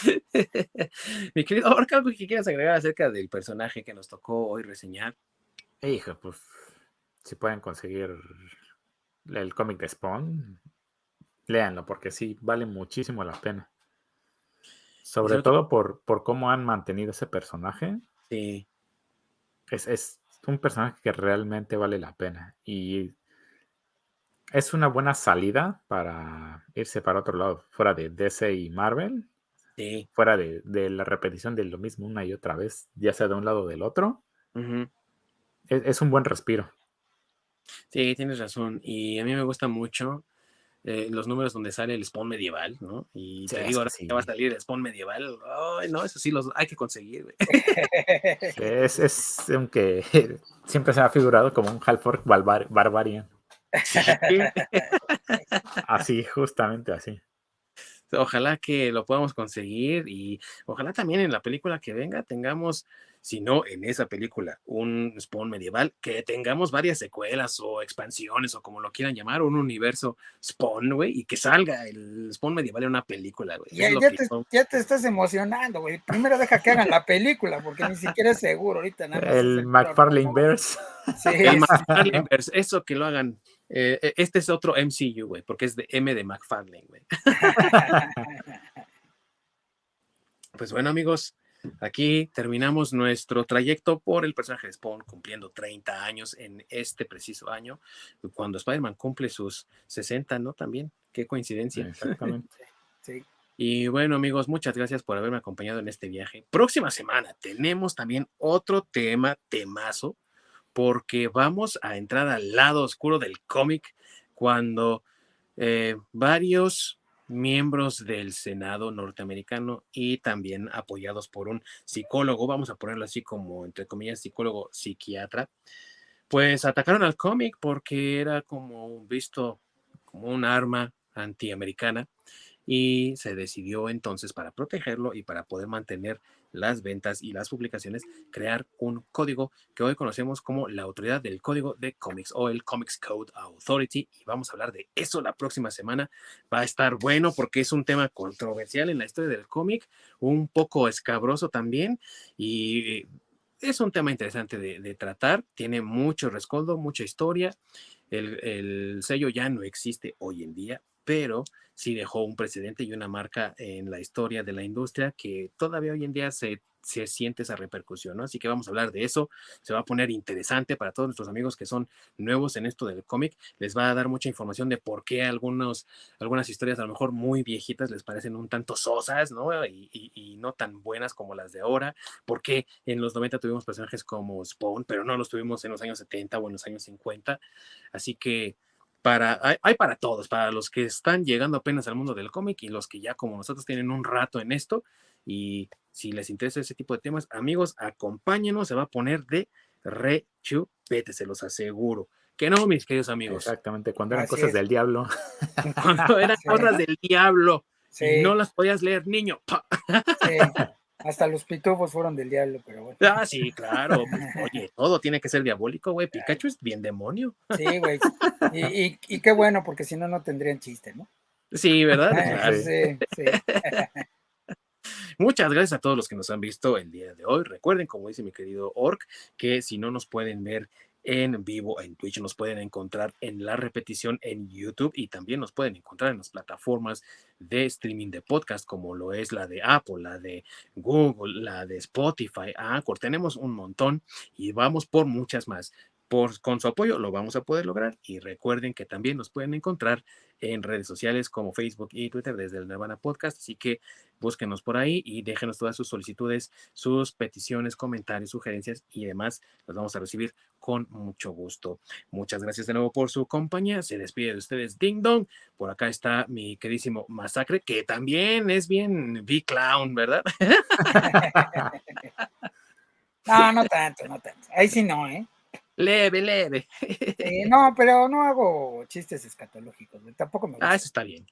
Mi querido Orca, ¿algo que quieras agregar acerca del personaje que nos tocó hoy reseñar? Hijo, pues si pueden conseguir el cómic de Spawn, léanlo porque sí, vale muchísimo la pena. Y Sobre sobre todo, todo por, por cómo han mantenido ese personaje. sí, Es, es un personaje que realmente vale la pena. Y es una buena salida para irse para otro lado, fuera de D C y Marvel, sí. fuera de, de la repetición de lo mismo una y otra vez, ya sea de un lado o del otro. Ujú. Es, es un buen respiro. Sí, tienes razón. Y a mí me gusta mucho eh, los números donde sale el Spawn medieval, ¿no? Y Sí, te es digo, que ahora que va a sí. salir el Spawn medieval. Ay, no, eso sí los hay que conseguir, güey. Es, es aunque siempre se ha figurado como un Halford Barbar- Barbarian. Sí. Así, justamente así. Ojalá que lo podamos conseguir y ojalá también en la película que venga tengamos, si no en esa película, un Spawn medieval, que tengamos varias secuelas o expansiones o como lo quieran llamar, un universo Spawn, güey, y que salga el Spawn medieval en una película, güey. Ya, Es lo ya, que te, yo- ya te estás emocionando, güey. Primero deja que hagan la película, porque ni siquiera es seguro. Ahorita nada más es El el puro McFarlane rumor. Verse. Sí, El sí. McFarlaneverse, eso que lo hagan. Eh, eh, este es otro M C U, güey, porque es de M de McFarlane, güey. Pues bueno, amigos, aquí terminamos nuestro trayecto por el personaje de Spawn, cumpliendo treinta años en este preciso año, cuando Spider-Man cumple sus sesenta, ¿no? También, qué coincidencia. Exactamente. Sí. Y bueno, amigos, muchas gracias por haberme acompañado en este viaje. Próxima semana tenemos también otro tema, temazo, porque vamos a entrar al lado oscuro del cómic cuando eh, varios miembros del Senado norteamericano y también apoyados por un psicólogo, vamos a ponerlo así como entre comillas psicólogo psiquiatra, pues atacaron al cómic porque era como visto como un arma antiamericana y se decidió entonces para protegerlo y para poder mantener las ventas y las publicaciones, crear un código que hoy conocemos como la Autoridad del Código de Cómics o el Comics Code Authority, y vamos a hablar de eso la próxima semana. Va a estar bueno porque es un tema controversial en la historia del cómic, un poco escabroso también, y es un tema interesante de, de tratar, tiene mucho rescoldo, mucha historia. El, el sello ya no existe hoy en día, pero sí dejó un precedente y una marca en la historia de la industria que todavía hoy en día se, se siente esa repercusión, ¿no? Así que vamos a hablar de eso, se va a poner interesante para todos nuestros amigos que son nuevos en esto del cómic, les va a dar mucha información de por qué algunos, algunas historias a lo mejor muy viejitas les parecen un tanto sosas, ¿no? Y, y, y no tan buenas como las de ahora, por qué en los noventa tuvimos personajes como Spawn, pero no los tuvimos en los años setenta o en los años cincuenta, así que para, hay, hay, para todos, para los que están llegando apenas al mundo del cómic y los que ya como nosotros tienen un rato en esto, y si les interesa ese tipo de temas, amigos, acompáñenos, se va a poner de rechupete, se los aseguro. Que no, mis queridos amigos. Exactamente, cuando eran Así cosas es. del diablo. Cuando eran Sí. cosas del diablo Sí. y no las podías leer, niño. Sí. Hasta los pitufos fueron del diablo, pero bueno. Ah, sí, claro. Pues, oye, todo tiene que ser diabólico, güey. Pikachu es bien demonio. Sí, güey. Y, y, y qué bueno, porque si no, no tendrían chiste, ¿no? Sí, ¿verdad? Claro. Sí, sí. Muchas gracias a todos los que nos han visto el día de hoy. Recuerden, como dice mi querido Orc, que si no nos pueden ver en vivo en Twitch, nos pueden encontrar en la repetición en YouTube y también nos pueden encontrar en las plataformas de streaming de podcast como lo es la de Apple, la de Google, la de Spotify, Anchor. Tenemos un montón y vamos por muchas más. Por, con su apoyo lo vamos a poder lograr, y recuerden que también nos pueden encontrar en redes sociales como Facebook y Twitter desde el Nirvana Podcast, así que búsquenos por ahí y déjenos todas sus solicitudes, sus peticiones, comentarios, sugerencias y demás, los vamos a recibir con mucho gusto. Muchas gracias de nuevo por su compañía, se despide de ustedes Ding Dong, por acá está mi queridísimo Masacre, que también es bien V-Clown, ¿verdad? No, no tanto, no tanto, ahí sí no, ¿eh? Leve, leve. Sí, no, pero no hago chistes escatológicos, tampoco me gusta. Ah, eso está bien.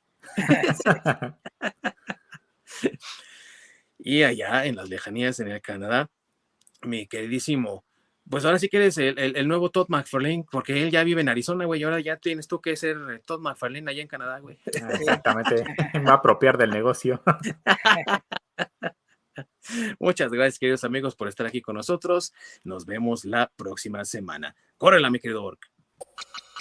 Y allá en las lejanías en el Canadá, mi queridísimo, pues ahora sí que eres el, el, el nuevo Todd McFarlane, porque él ya vive en Arizona, güey, y ahora ya tienes tú que ser Todd McFarlane allá en Canadá, güey. Exactamente, me va a apropiar del negocio. Muchas gracias, queridos amigos, por estar aquí con nosotros. Nos vemos la próxima semana. Córrela, mi querido Orc.